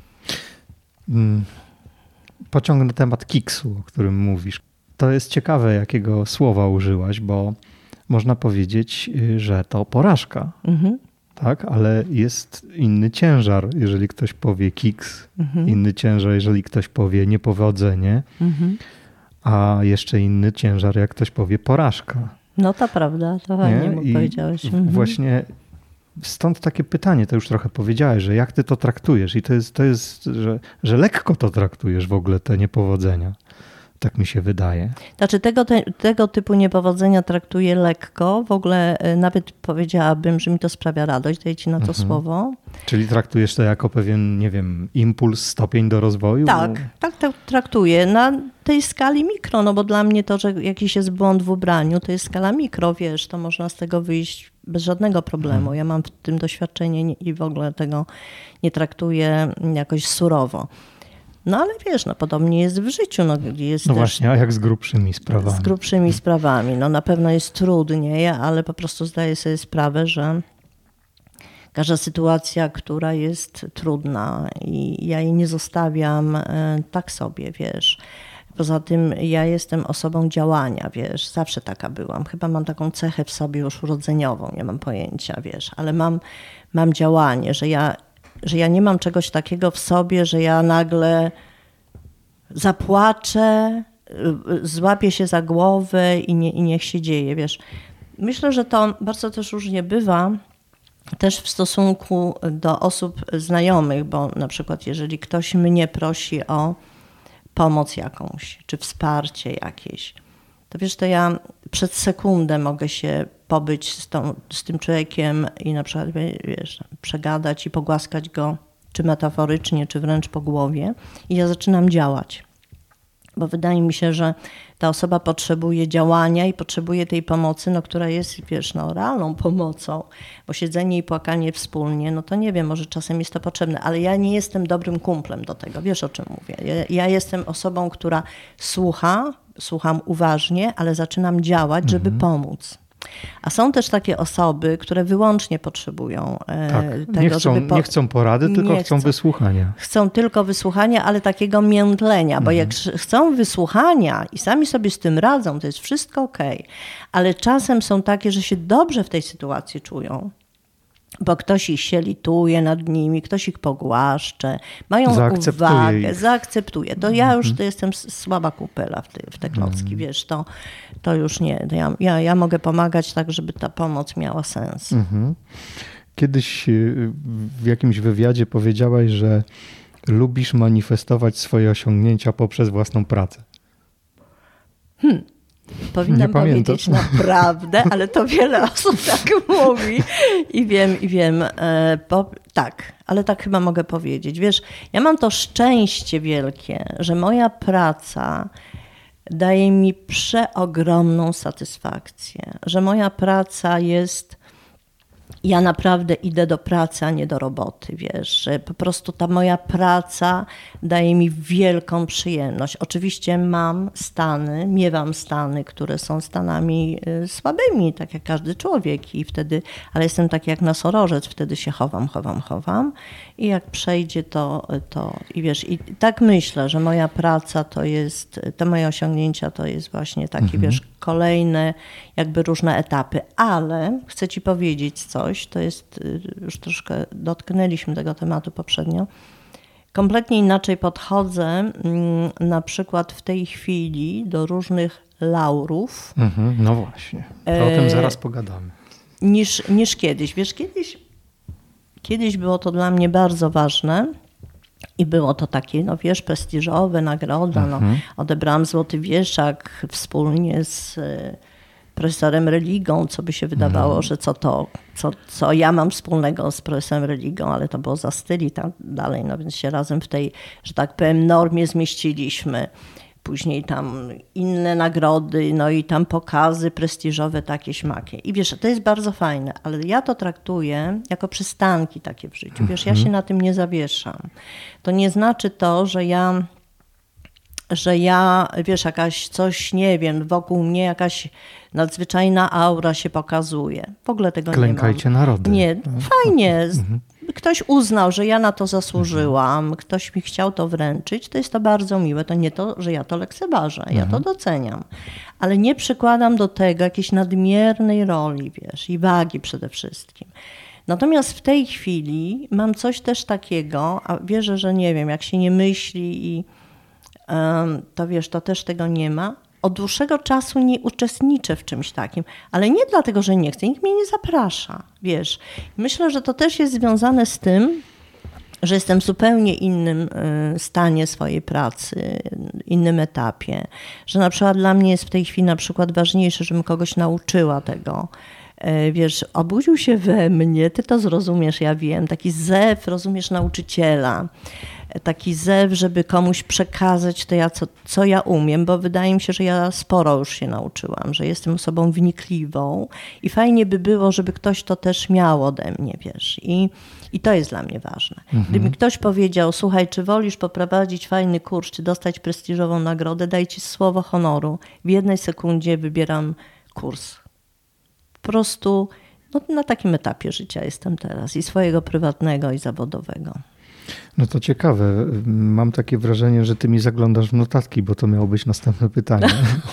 Pociągnę temat kiksu, o którym mówisz. To jest ciekawe, jakiego słowa użyłaś, bo można powiedzieć, że to porażka, mhm. tak? Ale jest inny ciężar, jeżeli ktoś powie kiks, mhm. inny ciężar, jeżeli ktoś powie niepowodzenie, mhm. a jeszcze inny ciężar, jak ktoś powie porażka. No to prawda, to fajnie mu powiedziałeś. Mhm. Właśnie stąd takie pytanie, to już trochę powiedziałeś, że jak ty to traktujesz i to jest, to jest że, że lekko to traktujesz w ogóle, te niepowodzenia. Tak mi się wydaje. Znaczy tego, te, tego typu niepowodzenia traktuję lekko. W ogóle nawet powiedziałabym, że mi to sprawia radość, daję ci na to mhm. słowo. Czyli traktujesz to jako pewien, nie wiem, impuls, stopień do rozwoju? Tak, tak, tak traktuję. Na tej skali mikro, no bo dla mnie to, że jakiś jest błąd w ubraniu, to jest skala mikro, wiesz, to można z tego wyjść bez żadnego problemu. Mhm. Ja mam w tym doświadczenie i w ogóle tego nie traktuję jakoś surowo. No ale wiesz, no podobnie jest w życiu. No, jest no też, właśnie, a jak z grubszymi sprawami? Z grubszymi sprawami. No na pewno jest trudniej, ale po prostu zdaję sobie sprawę, że każda sytuacja, która jest trudna i ja jej nie zostawiam tak sobie, wiesz. Poza tym ja jestem osobą działania, wiesz, zawsze taka byłam. Chyba mam taką cechę w sobie już urodzeniową, nie mam pojęcia, wiesz, ale mam, mam działanie, że ja że ja nie mam czegoś takiego w sobie, że ja nagle zapłaczę, złapię się za głowę i, nie, i niech się dzieje, wiesz. Myślę, że to bardzo też różnie bywa też w stosunku do osób znajomych, bo na przykład jeżeli ktoś mnie prosi o pomoc jakąś, czy wsparcie jakieś, to wiesz, to ja przed sekundę mogę się pobyć z, tą, z tym człowiekiem i na przykład, wiesz, przegadać i pogłaskać go, czy metaforycznie, czy wręcz po głowie i ja zaczynam działać. Bo wydaje mi się, że ta osoba potrzebuje działania i potrzebuje tej pomocy, no, która jest, wiesz, no, realną pomocą, bo siedzenie i płakanie wspólnie, no to nie wiem, może czasem jest to potrzebne, ale ja nie jestem dobrym kumplem do tego, wiesz o czym mówię. Ja, ja jestem osobą, która słucha, słucham uważnie, ale zaczynam działać, żeby mhm. pomóc. A są też takie osoby, które wyłącznie potrzebują tak, tego, nie chcą, żeby... Po... Nie chcą porady, tylko nie chcą, chcą wysłuchania. Chcą tylko wysłuchania, ale takiego miętlenia, bo mhm. jak chcą wysłuchania i sami sobie z tym radzą, to jest wszystko okej. Okay. Ale czasem są takie, że się dobrze w tej sytuacji czują, bo ktoś ich się lituje nad nimi, ktoś ich pogłaszcze, mają zaakceptuje uwagę, ich. zaakceptuje. To ja już to jestem słaba kupela w te, w te klocki, mm. wiesz, to, to już nie. To ja, ja, ja mogę pomagać tak, żeby ta pomoc miała sens. Mm-hmm. Kiedyś w jakimś wywiadzie powiedziałaś, że lubisz manifestować swoje osiągnięcia poprzez własną pracę. Hmm. Powinnam powiedzieć naprawdę, ale to wiele osób tak mówi i wiem, i wiem. E, po, tak, ale tak chyba mogę powiedzieć. Wiesz, ja mam to szczęście wielkie, że moja praca daje mi przeogromną satysfakcję, że moja praca jest... Ja naprawdę idę do pracy, a nie do roboty, wiesz, że po prostu ta moja praca daje mi wielką przyjemność. Oczywiście mam stany, miewam stany, które są stanami słabymi, tak jak każdy człowiek i wtedy, ale jestem tak jak nosorożec, wtedy się chowam, chowam, chowam i jak przejdzie to, to i wiesz, i tak myślę, że moja praca to jest, te moje osiągnięcia to jest właśnie takie, mhm. wiesz, kolejne jakby różne etapy, ale chcę ci powiedzieć coś, to jest, już troszkę dotknęliśmy tego tematu poprzednio, kompletnie inaczej podchodzę na przykład w tej chwili do różnych laurów. Mhm, no właśnie, to o tym zaraz pogadamy. Niż, niż kiedyś. Wiesz, kiedyś, kiedyś było to dla mnie bardzo ważne. I było to takie, no wiesz, prestiżowe, nagroda. Mhm. No, odebrałam Złoty Wieszak wspólnie z profesorem Religą, co by się wydawało, no. że co to, co, co ja mam wspólnego z profesorem Religą, ale to było za styl i tak dalej. No więc się razem w tej, że tak powiem, normie zmieściliśmy. Później tam inne nagrody, no i tam pokazy prestiżowe, takie śmakie. I wiesz, to jest bardzo fajne, ale ja to traktuję jako przystanki takie w życiu. Wiesz, ja się na tym nie zawieszam. To nie znaczy to, że ja, że ja, wiesz, jakaś coś, nie wiem, wokół mnie jakaś nadzwyczajna aura się pokazuje. W ogóle tego nie mam. Klękajcie narody. Nie, fajnie. Ktoś uznał, że ja na to zasłużyłam, ktoś mi chciał to wręczyć, to jest to bardzo miłe. To nie to, że ja to lekceważę, ja to doceniam. Ale nie przykładam do tego jakiejś nadmiernej roli, wiesz, i wagi przede wszystkim. Natomiast w tej chwili mam coś też takiego, a wierzę, że nie wiem, jak się nie myśli i um, to wiesz, to też tego nie ma. Od dłuższego czasu nie uczestniczę w czymś takim, ale nie dlatego, że nie chcę, nikt mnie nie zaprasza, wiesz. Myślę, że to też jest związane z tym, że jestem w zupełnie innym stanie swojej pracy, innym etapie, że na przykład dla mnie jest w tej chwili na przykład ważniejsze, żebym kogoś nauczyła tego. Wiesz, obudził się we mnie, ty to zrozumiesz, ja wiem, taki zew, rozumiesz, nauczyciela. Taki zew, żeby komuś przekazać to, ja, co, co ja umiem, bo wydaje mi się, że ja sporo już się nauczyłam, że jestem osobą wnikliwą i fajnie by było, żeby ktoś to też miał ode mnie, wiesz. I, i to jest dla mnie ważne. Mhm. Gdyby mi ktoś powiedział, słuchaj, czy wolisz poprowadzić fajny kurs, czy dostać prestiżową nagrodę, daj ci słowo honoru. W jednej sekundzie wybieram kurs. Po prostu no, na takim etapie życia jestem teraz i swojego prywatnego i zawodowego. No to ciekawe. Mam takie wrażenie, że ty mi zaglądasz w notatki, bo to miało być następne pytanie.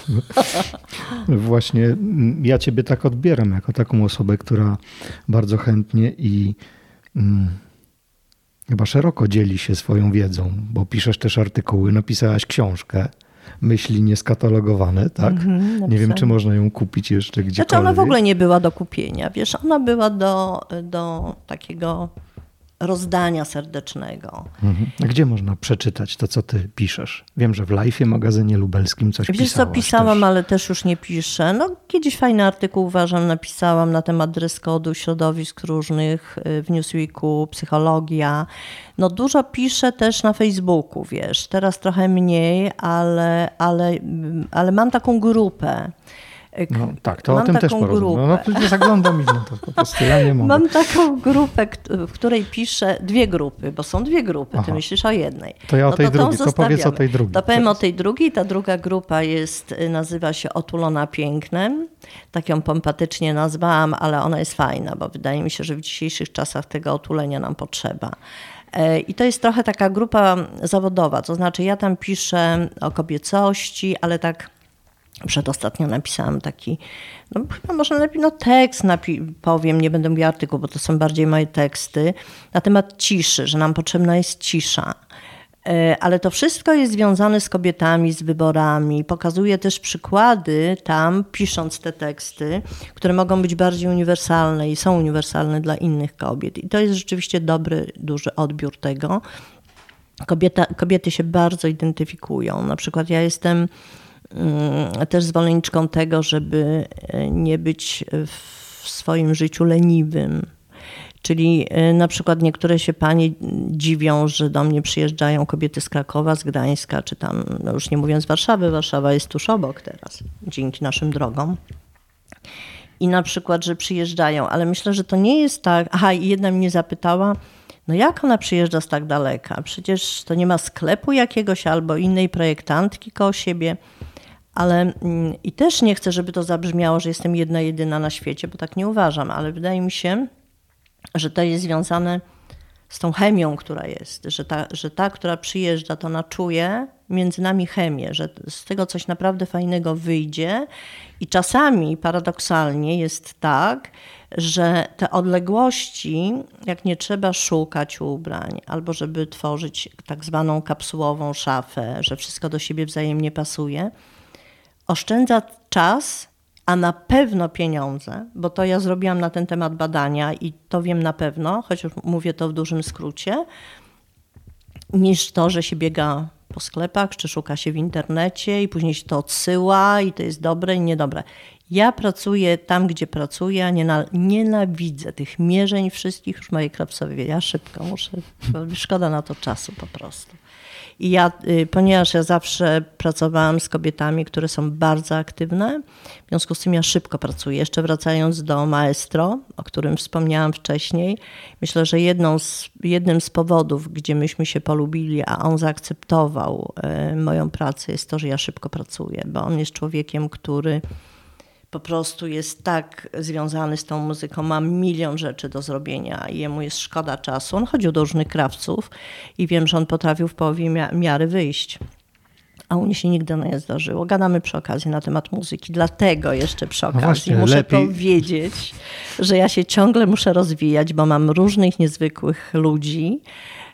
Właśnie ja ciebie tak odbieram, jako taką osobę, która bardzo chętnie i mm, chyba szeroko dzieli się swoją wiedzą, bo piszesz też artykuły, napisałaś książkę. Myśli nieskatalogowane, tak? Mm-hmm, nie wiem, czy można ją kupić jeszcze gdziekolwiek. Znaczy ona w ogóle nie była do kupienia, wiesz, ona była do, do takiego rozdania serdecznego. Mhm. A gdzie można przeczytać to, co ty piszesz? Wiem, że w Life'ie, magazynie lubelskim coś pisałaś. Wiesz co, pisałam, też. ale też już nie piszę. No, kiedyś fajny artykuł, uważam, napisałam na temat dress code'u, środowisk różnych w Newsweeku, psychologia. No dużo piszę też na Facebooku, wiesz. Teraz trochę mniej, ale, ale, ale mam taką grupę. No, tak, to mam o tym też porozmawiam. No, no, nie zaglądam mi na to, po prostu ja nie mogę. Mam taką grupę, w której piszę dwie grupy, bo są dwie grupy, ty Aha. myślisz o jednej. To ja o no tej drugiej, to powiedz o tej drugiej. To powiem o tej drugiej, ta druga grupa jest, nazywa się Otulona Pięknem. Tak ją pompatycznie nazwałam, ale ona jest fajna, bo wydaje mi się, że w dzisiejszych czasach tego otulenia nam potrzeba. I to jest trochę taka grupa zawodowa, to znaczy ja tam piszę o kobiecości, ale tak przedostatnio napisałam taki, no chyba można napisać, no tekst napi- powiem, nie będę mówiła artykuł, bo to są bardziej moje teksty, na temat ciszy, że nam potrzebna jest cisza. Ale to wszystko jest związane z kobietami, z wyborami. Pokazuję też przykłady tam, pisząc te teksty, które mogą być bardziej uniwersalne i są uniwersalne dla innych kobiet. I to jest rzeczywiście dobry, duży odbiór tego. Kobieta, kobiety się bardzo identyfikują. Na przykład ja jestem też zwolenniczką tego, żeby nie być w swoim życiu leniwym. Czyli na przykład niektóre się panie dziwią, że do mnie przyjeżdżają kobiety z Krakowa, z Gdańska, czy tam, no już nie mówiąc Warszawy, Warszawa jest tuż obok teraz, dzięki naszym drogom. I na przykład, że przyjeżdżają, ale myślę, że to nie jest tak. Aha, i jedna mnie zapytała, no jak ona przyjeżdża z tak daleka? Przecież to nie ma sklepu jakiegoś albo innej projektantki koło siebie. Ale i też nie chcę, żeby to zabrzmiało, że jestem jedna, jedyna na świecie, bo tak nie uważam, ale wydaje mi się, że to jest związane z tą chemią, która jest, że ta, że ta, która przyjeżdża, to ona czuje między nami chemię, że z tego coś naprawdę fajnego wyjdzie i czasami paradoksalnie jest tak, że te odległości, jak nie trzeba szukać ubrań, albo żeby tworzyć tak zwaną kapsułową szafę, że wszystko do siebie wzajemnie pasuje, oszczędza czas, a na pewno pieniądze, bo to ja zrobiłam na ten temat badania i to wiem na pewno, chociaż mówię to w dużym skrócie, niż to, że się biega po sklepach, czy szuka się w internecie i później się to odsyła i to jest dobre i niedobre. Ja pracuję tam, gdzie pracuję, a nienawidzę tych mierzeń wszystkich, już moje krew sobie wie, ja szybko muszę, szkoda na to czasu po prostu. I ja, ponieważ ja zawsze pracowałam z kobietami, które są bardzo aktywne, w związku z tym ja szybko pracuję. Jeszcze wracając do Maestro, o którym wspomniałam wcześniej, myślę, że jedną z, jednym z powodów, gdzie myśmy się polubili, a on zaakceptował moją pracę, jest to, że ja szybko pracuję, bo on jest człowiekiem, który po prostu jest tak związany z tą muzyką, ma milion rzeczy do zrobienia i jemu jest szkoda czasu. On chodził do różnych krawców i wiem, że on potrafił w połowie miary wyjść. A u mnie się nigdy nie zdarzyło. Gadamy przy okazji na temat muzyki, dlatego jeszcze przy okazji no właśnie, muszę lepiej powiedzieć, że ja się ciągle muszę rozwijać, bo mam różnych niezwykłych ludzi,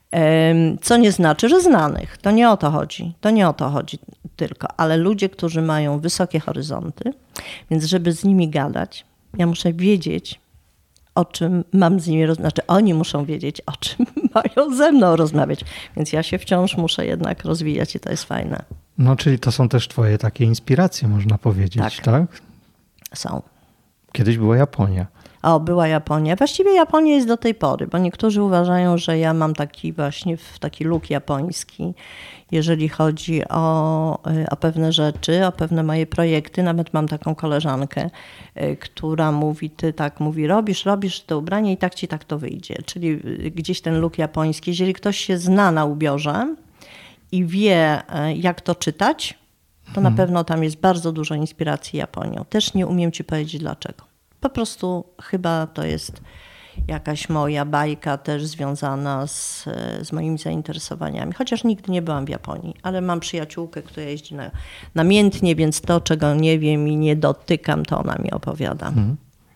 co nie znaczy, że znanych. To nie o to chodzi. To nie o to chodzi tylko. Ale ludzie, którzy mają wysokie horyzonty, więc żeby z nimi gadać, ja muszę wiedzieć, o czym mam z nimi rozmawiać. Znaczy oni muszą wiedzieć, o czym mają ze mną rozmawiać. Więc ja się wciąż muszę jednak rozwijać i to jest fajne. No, czyli to są też twoje takie inspiracje, można powiedzieć, tak? tak? Są. Kiedyś była Japonia. O, była Japonia. Właściwie Japonia jest do tej pory, bo niektórzy uważają, że ja mam taki właśnie taki look japoński, jeżeli chodzi o, o pewne rzeczy, o pewne moje projekty. Nawet mam taką koleżankę, która mówi, ty tak mówi, robisz, robisz to ubranie i tak ci tak to wyjdzie. Czyli gdzieś ten look japoński. Jeżeli ktoś się zna na ubiorze i wie, jak to czytać, to hmm. na pewno tam jest bardzo dużo inspiracji Japonią. Też nie umiem ci powiedzieć dlaczego. Po prostu chyba to jest jakaś moja bajka też związana z, z moimi zainteresowaniami. Chociaż nigdy nie byłam w Japonii, ale mam przyjaciółkę, która jeździ na, namiętnie, więc to, czego nie wiem i nie dotykam, to ona mi opowiada. Hmm.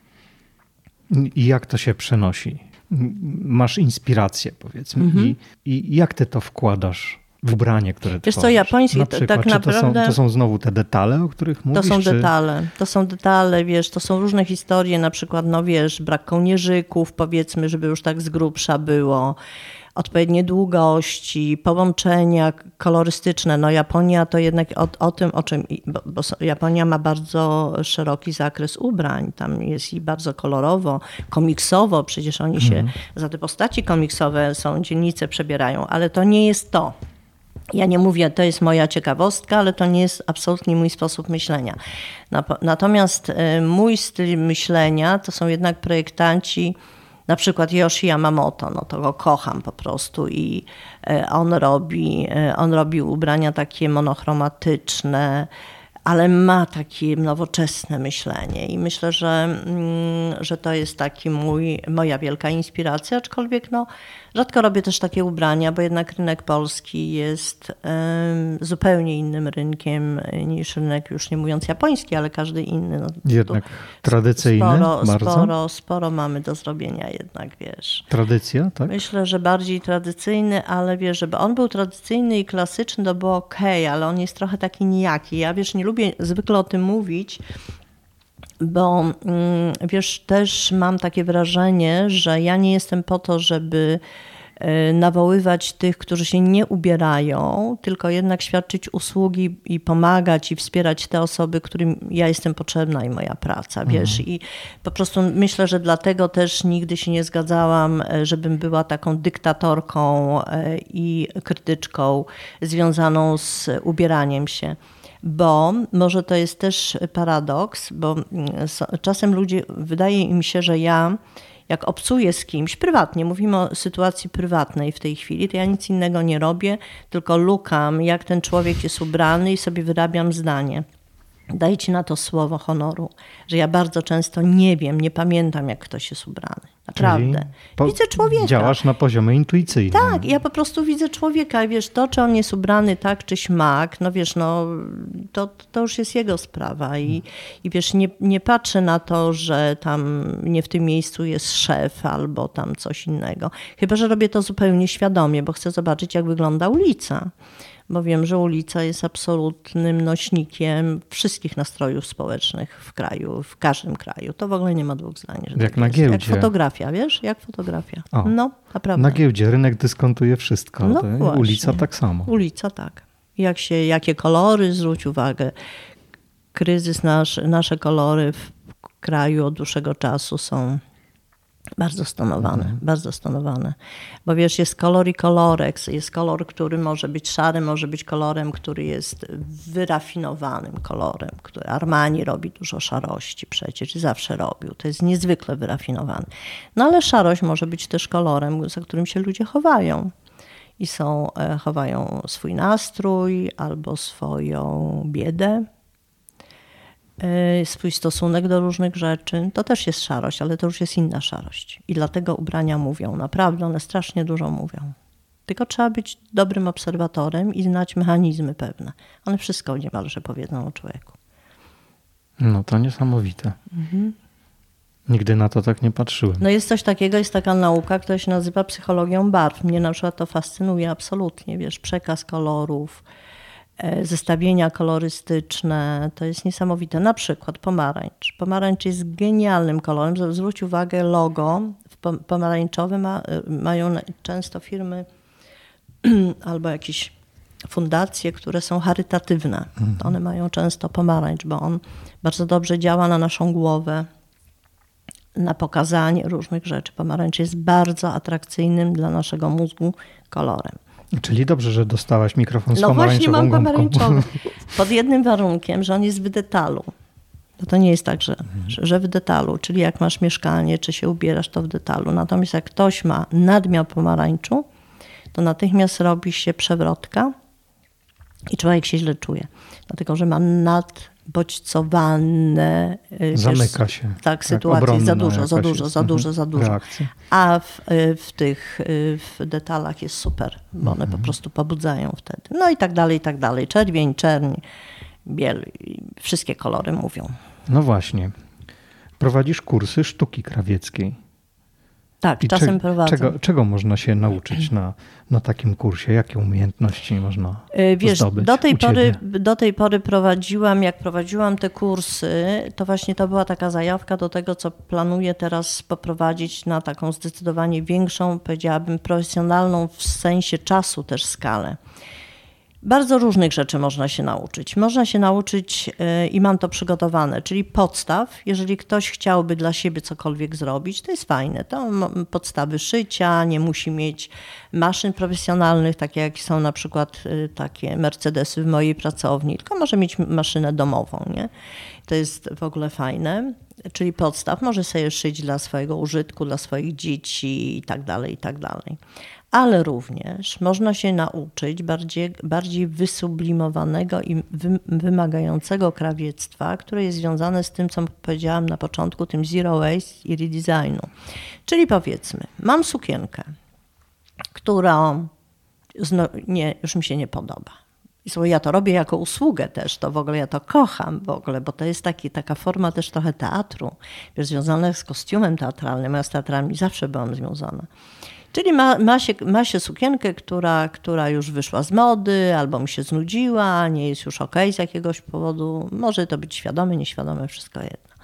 I jak to się przenosi? Masz inspirację, powiedzmy. Hmm. I, I jak ty to wkładasz w ubranie, które Wiesz co, japońskie tak Czy naprawdę... To są, to są znowu te detale, o których mówisz? To są czy... detale, to są detale, wiesz, to są różne historie, na przykład, no wiesz, brak kołnierzyków, powiedzmy, żeby już tak z grubsza było, odpowiednie długości, połączenia kolorystyczne. No Japonia to jednak o, o tym, o czym, bo, bo Japonia ma bardzo szeroki zakres ubrań, tam jest i bardzo kolorowo, komiksowo, przecież oni się hmm. za te postaci komiksowe są, dzielnice przebierają, ale to nie jest to. Ja nie mówię, to jest moja ciekawostka, ale to nie jest absolutnie mój sposób myślenia. Natomiast mój styl myślenia to są jednak projektanci, na przykład Yoshi Yamamoto, no to go kocham po prostu i on robi, on robi ubrania takie monochromatyczne, ale ma takie nowoczesne myślenie i myślę, że, że to jest taki mój, moja wielka inspiracja, aczkolwiek no, rzadko robię też takie ubrania, bo jednak rynek polski jest um, zupełnie innym rynkiem niż rynek, już nie mówiąc japoński, ale każdy inny. No, jednak tradycyjny sporo, bardzo? Sporo, sporo mamy do zrobienia jednak, wiesz. Tradycja, tak? Myślę, że bardziej tradycyjny, ale wiesz, żeby on był tradycyjny i klasyczny, to było okej, okay, ale on jest trochę taki nijaki. Ja wiesz, nie lubię zwykle o tym mówić, bo wiesz, też mam takie wrażenie, że ja nie jestem po to, żeby nawoływać tych, którzy się nie ubierają, tylko jednak świadczyć usługi i pomagać i wspierać te osoby, którym ja jestem potrzebna i moja praca, wiesz. Mhm. I po prostu myślę, że dlatego też nigdy się nie zgadzałam, żebym była taką dyktatorką i krytyczką związaną z ubieraniem się. Bo może to jest też paradoks, bo czasem ludzie, wydaje im się, że ja jak obcuję z kimś prywatnie, mówimy o sytuacji prywatnej w tej chwili, to ja nic innego nie robię, tylko lukam, jak ten człowiek jest ubrany i sobie wyrabiam zdanie. Daję ci na to słowo honoru, że ja bardzo często nie wiem, nie pamiętam, jak ktoś jest ubrany. Naprawdę. Po, widzę człowieka. Działasz na poziomie intuicyjnym. Tak, ja po prostu widzę człowieka. Wiesz, to, czy on jest ubrany tak, czy śmak, no wiesz, no to, to już jest jego sprawa. I, i wiesz, nie, nie patrzę na to, że tam nie w tym miejscu jest szef albo tam coś innego. Chyba że robię to zupełnie świadomie, bo chcę zobaczyć, jak wygląda ulica. Bo wiem, że ulica jest absolutnym nośnikiem wszystkich nastrojów społecznych w kraju, w każdym kraju. To w ogóle nie ma dwóch zdań. Że jak tak na jest. giełdzie. Jak fotografia, wiesz? Jak fotografia. O, no, naprawdę. Na giełdzie rynek dyskontuje wszystko. No ulica tak samo. Ulica tak. Jak się, jakie kolory, zwróć uwagę. Kryzys, nasz, nasze kolory w kraju od dłuższego czasu są bardzo stonowane, mhm. bardzo stonowane. Bo wiesz, jest kolor i kolorek. Jest kolor, który może być szary, może być kolorem, który jest wyrafinowanym kolorem, który Armani robi dużo szarości przecież i zawsze robił. To jest niezwykle wyrafinowany. No ale szarość może być też kolorem, za którym się ludzie chowają. I są, chowają swój nastrój albo swoją biedę. Swój stosunek do różnych rzeczy, to też jest szarość, ale to już jest inna szarość. I dlatego ubrania mówią, naprawdę one strasznie dużo mówią. Tylko trzeba być dobrym obserwatorem i znać mechanizmy pewne. One wszystko niemalże powiedzą o człowieku. No to niesamowite. Mhm. Nigdy na to tak nie patrzyłem. No jest coś takiego, jest taka nauka, która się nazywa psychologią barw. Mnie na przykład to fascynuje absolutnie, wiesz, przekaz kolorów, zestawienia kolorystyczne, to jest niesamowite. Na przykład pomarańcz. Pomarańcz jest genialnym kolorem. Zwróć uwagę, logo pomarańczowe ma, mają często firmy albo jakieś fundacje, które są charytatywne. Mhm. One mają często pomarańcz, bo on bardzo dobrze działa na naszą głowę, na pokazanie różnych rzeczy. Pomarańcz jest bardzo atrakcyjnym dla naszego mózgu kolorem. Czyli dobrze, że dostałaś mikrofon z no pomarańczową No właśnie mam gumką. pomarańczowy. Pod jednym warunkiem, że on jest w detalu. Bo to nie jest tak, że, mhm. że w detalu. Czyli jak masz mieszkanie, czy się ubierasz, to w detalu. Natomiast jak ktoś ma nadmiar pomarańczu, to natychmiast robi się przewrotka i człowiek się źle czuje. Dlatego, że ma nadbodźcowane... Zamyka się. Tak, tak sytuacje. Za dużo, za dużo, za dużo, za dużo. Reakcja. A w, w tych w detalach jest super, bo one mhm. po prostu pobudzają wtedy. No i tak dalej, i tak dalej. Czerwień, czerń, biel, wszystkie kolory mówią. No właśnie. Prowadzisz kursy sztuki krawieckiej. Tak, I czasem cze- prowadzę. Czego, czego można się nauczyć na, na takim kursie? Jakie umiejętności można Wiesz, zdobyć do tej u pory, ciebie? do tej pory prowadziłam, jak prowadziłam te kursy, to właśnie to była taka zajawka do tego, co planuję teraz poprowadzić na taką zdecydowanie większą, powiedziałabym, profesjonalną w sensie czasu też skalę. Bardzo różnych rzeczy można się nauczyć. Można się nauczyć i mam to przygotowane, czyli podstaw. Jeżeli ktoś chciałby dla siebie cokolwiek zrobić, to jest fajne. To podstawy szycia, nie musi mieć maszyn profesjonalnych, takie jak są na przykład takie Mercedesy w mojej pracowni, tylko może mieć maszynę domową. Nie? To jest w ogóle fajne. Czyli podstaw, może sobie szyć dla swojego użytku, dla swoich dzieci i tak dalej, i tak dalej. Ale również można się nauczyć bardziej, bardziej wysublimowanego i wy, wymagającego krawiectwa, które jest związane z tym, co powiedziałam na początku, tym zero waste i redesignu. Czyli powiedzmy, mam sukienkę, która zno, nie, już mi się nie podoba. I ja to robię jako usługę też, to w ogóle ja to kocham w ogóle, bo to jest taki, taka forma też trochę teatru, wiesz, związana z kostiumem teatralnym, ja z teatrami zawsze byłam związana. Czyli ma, ma, się, ma się sukienkę, która, która już wyszła z mody, albo mi się znudziła, nie jest już okej z jakiegoś powodu. Może to być świadome, nieświadome, wszystko jedno.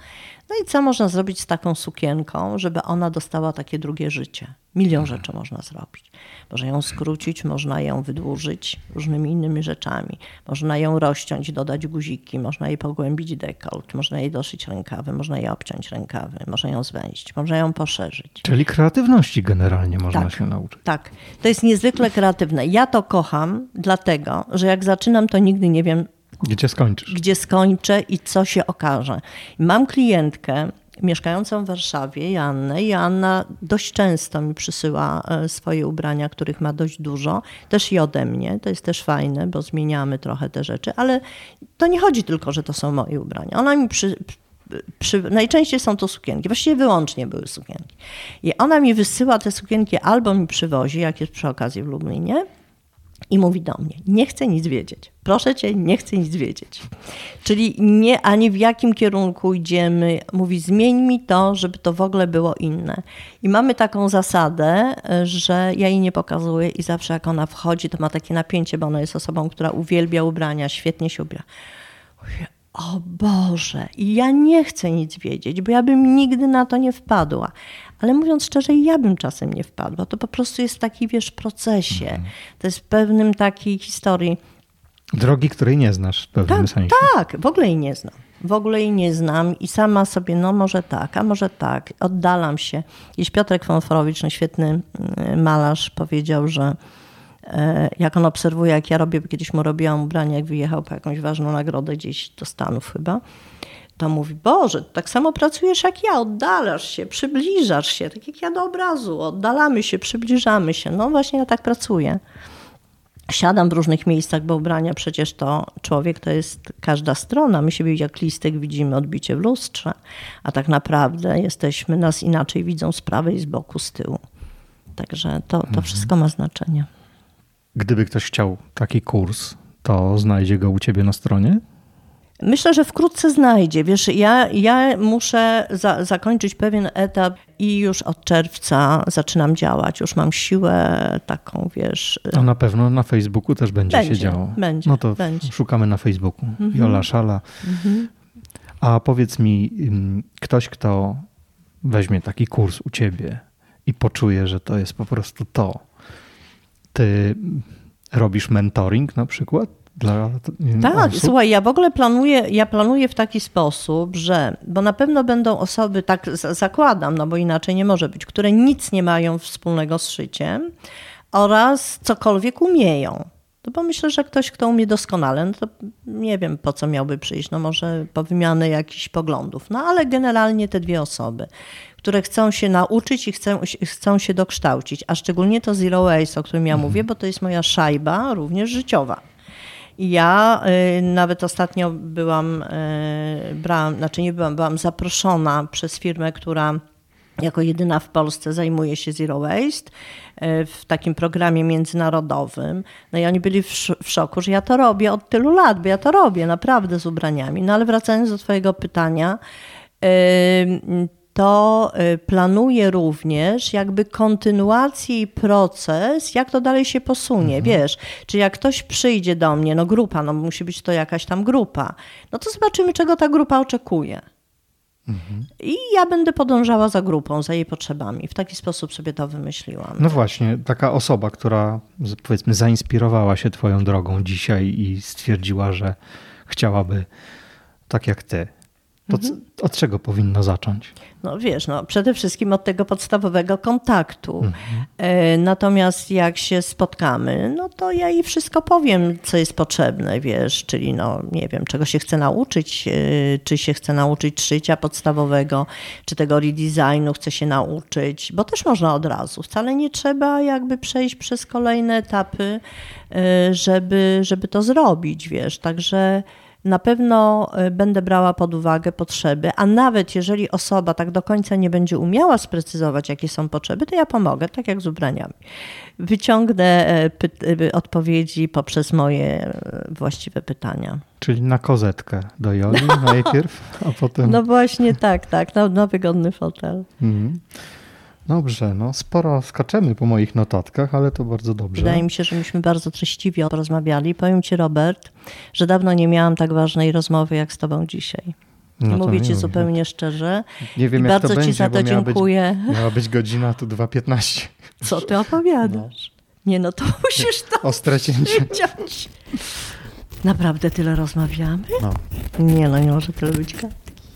No i co można zrobić z taką sukienką, żeby ona dostała takie drugie życie? Milion rzeczy można zrobić. Można ją skrócić, można ją wydłużyć różnymi innymi rzeczami. Można ją rozciąć, dodać guziki, można jej pogłębić dekolt, można jej doszyć rękawy, można jej obciąć rękawy, można ją zwęzić, można ją poszerzyć. Czyli kreatywności generalnie można tak, się nauczyć. Tak, to jest niezwykle kreatywne. Ja to kocham dlatego, że jak zaczynam, to nigdy nie wiem, Gdzie skończysz? Gdzie skończę i co się okaże. Mam klientkę mieszkającą w Warszawie, Joannę. Joanna dość często mi przysyła swoje ubrania, których ma dość dużo. Też i ode mnie. To jest też fajne, bo zmieniamy trochę te rzeczy. Ale to nie chodzi tylko, że to są moje ubrania. Ona mi przy, przy, najczęściej są to sukienki. Właściwie wyłącznie były sukienki. I ona mi wysyła te sukienki albo mi przywozi, jak jest przy okazji w Lublinie. I mówi do mnie, nie chcę nic wiedzieć. Proszę cię, nie chcę nic wiedzieć. Czyli nie ani w jakim kierunku idziemy. Mówi, zmień mi to, żeby to w ogóle było inne. I mamy taką zasadę, że ja jej nie pokazuję i zawsze jak ona wchodzi, to ma takie napięcie, bo ona jest osobą, która uwielbia ubrania, świetnie się ubiera. Mówię, o Boże, i ja nie chcę nic wiedzieć, bo ja bym nigdy na to nie wpadła. Ale mówiąc szczerze, ja bym czasem nie wpadła. To po prostu jest w takim, wiesz, procesie. Mhm. To jest w pewnym takiej historii. Drogi, której nie znasz w pewnym tak, sensie. Tak, w ogóle jej nie znam. W ogóle jej nie znam i sama sobie, no może tak, a może tak. Oddalam się. Jeśli Piotrek Fonforowicz, no świetny malarz, powiedział, że jak on obserwuje, jak ja robię, bo kiedyś mu robiłam ubrania, jak wyjechał po jakąś ważną nagrodę gdzieś do Stanów chyba, to mówi, Boże, tak samo pracujesz jak ja, oddalasz się, przybliżasz się, tak jak ja do obrazu, oddalamy się, przybliżamy się. No właśnie ja tak pracuję. Siadam w różnych miejscach, bo ubrania przecież to człowiek to jest każda strona. My siebie jak listek widzimy odbicie w lustrze, a tak naprawdę jesteśmy, nas inaczej widzą z prawej, z boku, z tyłu. Także to, to wszystko ma znaczenie. Gdyby ktoś chciał taki kurs, to znajdzie go u ciebie na stronie? Myślę, że wkrótce znajdzie. Wiesz, ja, ja muszę za, zakończyć pewien etap i już od czerwca zaczynam działać. Już mam siłę taką, wiesz... A na pewno na Facebooku też będzie, będzie się działo. Będzie, No to będzie. Szukamy na Facebooku. Mhm. Jola Szala. Mhm. A powiedz mi, ktoś, kto weźmie taki kurs u ciebie i poczuje, że to jest po prostu to. Ty robisz mentoring na przykład? Dla tak, osób? Słuchaj, ja w ogóle planuję, ja planuję w taki sposób, że, bo na pewno będą osoby, tak zakładam, no bo inaczej nie może być, które nic nie mają wspólnego z szyciem oraz cokolwiek umieją. No bo myślę, że ktoś, kto umie doskonale, no to nie wiem, po co miałby przyjść, no może po wymianę jakichś poglądów. No ale generalnie te dwie osoby, które chcą się nauczyć i chcą, chcą się dokształcić, a szczególnie to Zero Waste, o którym ja mhm. mówię, bo to jest moja szajba również życiowa. Ja y, nawet ostatnio byłam, y, brałam, znaczy nie byłam, byłam zaproszona przez firmę, która jako jedyna w Polsce zajmuje się Zero Waste y, w takim programie międzynarodowym. No i oni byli w, sz- w szoku, że ja to robię od tylu lat, bo ja to robię naprawdę z ubraniami. No ale wracając do twojego pytania, y, to planuję również jakby kontynuację i proces, jak to dalej się posunie, mhm. wiesz. Czy jak ktoś przyjdzie do mnie, no grupa, no musi być to jakaś tam grupa, no to zobaczymy, czego ta grupa oczekuje. Mhm. I ja będę podążała za grupą, za jej potrzebami. W taki sposób sobie to wymyśliłam. No właśnie, taka osoba, która powiedzmy zainspirowała się twoją drogą dzisiaj i stwierdziła, że chciałaby tak jak ty. To mhm. od czego powinno zacząć? No wiesz, no przede wszystkim od tego podstawowego kontaktu. Mhm. Natomiast jak się spotkamy, no to ja jej wszystko powiem, co jest potrzebne, wiesz, czyli no nie wiem, czego się chce nauczyć, czy się chce nauczyć szycia podstawowego, czy tego redesignu chce się nauczyć, bo też można od razu. Wcale nie trzeba jakby przejść przez kolejne etapy, żeby, żeby to zrobić, wiesz, także na pewno będę brała pod uwagę potrzeby, a nawet jeżeli osoba tak do końca nie będzie umiała sprecyzować, jakie są potrzeby, to ja pomogę, tak jak z ubraniami. Wyciągnę py- odpowiedzi poprzez moje właściwe pytania. Czyli na kozetkę do Joli najpierw, a potem... No właśnie tak, tak, na, na wygodny fotel. Mhm. Dobrze, no sporo skaczemy po moich notatkach, ale to bardzo dobrze. Wydaje mi się, że myśmy bardzo treściwie porozmawiali. Powiem ci, Robert, że dawno nie miałam tak ważnej rozmowy jak z tobą dzisiaj. No Mówię ci nie zupełnie wiem. szczerze. Nie wiem, I jak bardzo to ci będzie, za to bo miała dziękuję. Być, miała być godzina, tu dwa piętnaście. Co ty opowiadasz? No. Nie no, to musisz to Ostre cięcie. wyciąć. Naprawdę tyle rozmawiamy? No. Nie no, nie może tyle być gadki.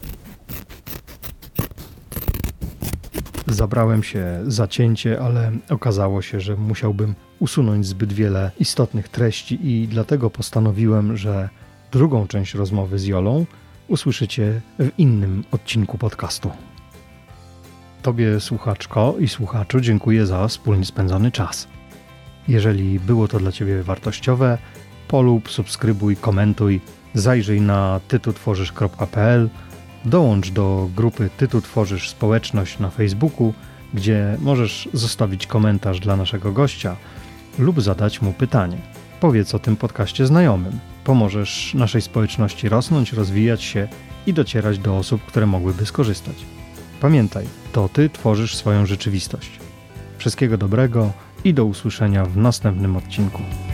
Zabrałem się za cięcie, ale okazało się, że musiałbym usunąć zbyt wiele istotnych treści i dlatego postanowiłem, że drugą część rozmowy z Jolą usłyszycie w innym odcinku podcastu. Tobie, słuchaczko i słuchaczu, dziękuję za wspólnie spędzony czas. Jeżeli było to dla Ciebie wartościowe, polub, subskrybuj, komentuj, zajrzyj na tytutworzysz kropka p l, dołącz do grupy Ty tu tworzysz społeczność na Facebooku, gdzie możesz zostawić komentarz dla naszego gościa lub zadać mu pytanie. Powiedz o tym podcaście znajomym. Pomożesz naszej społeczności rosnąć, rozwijać się i docierać do osób, które mogłyby skorzystać. Pamiętaj, to Ty tworzysz swoją rzeczywistość. Wszystkiego dobrego i do usłyszenia w następnym odcinku.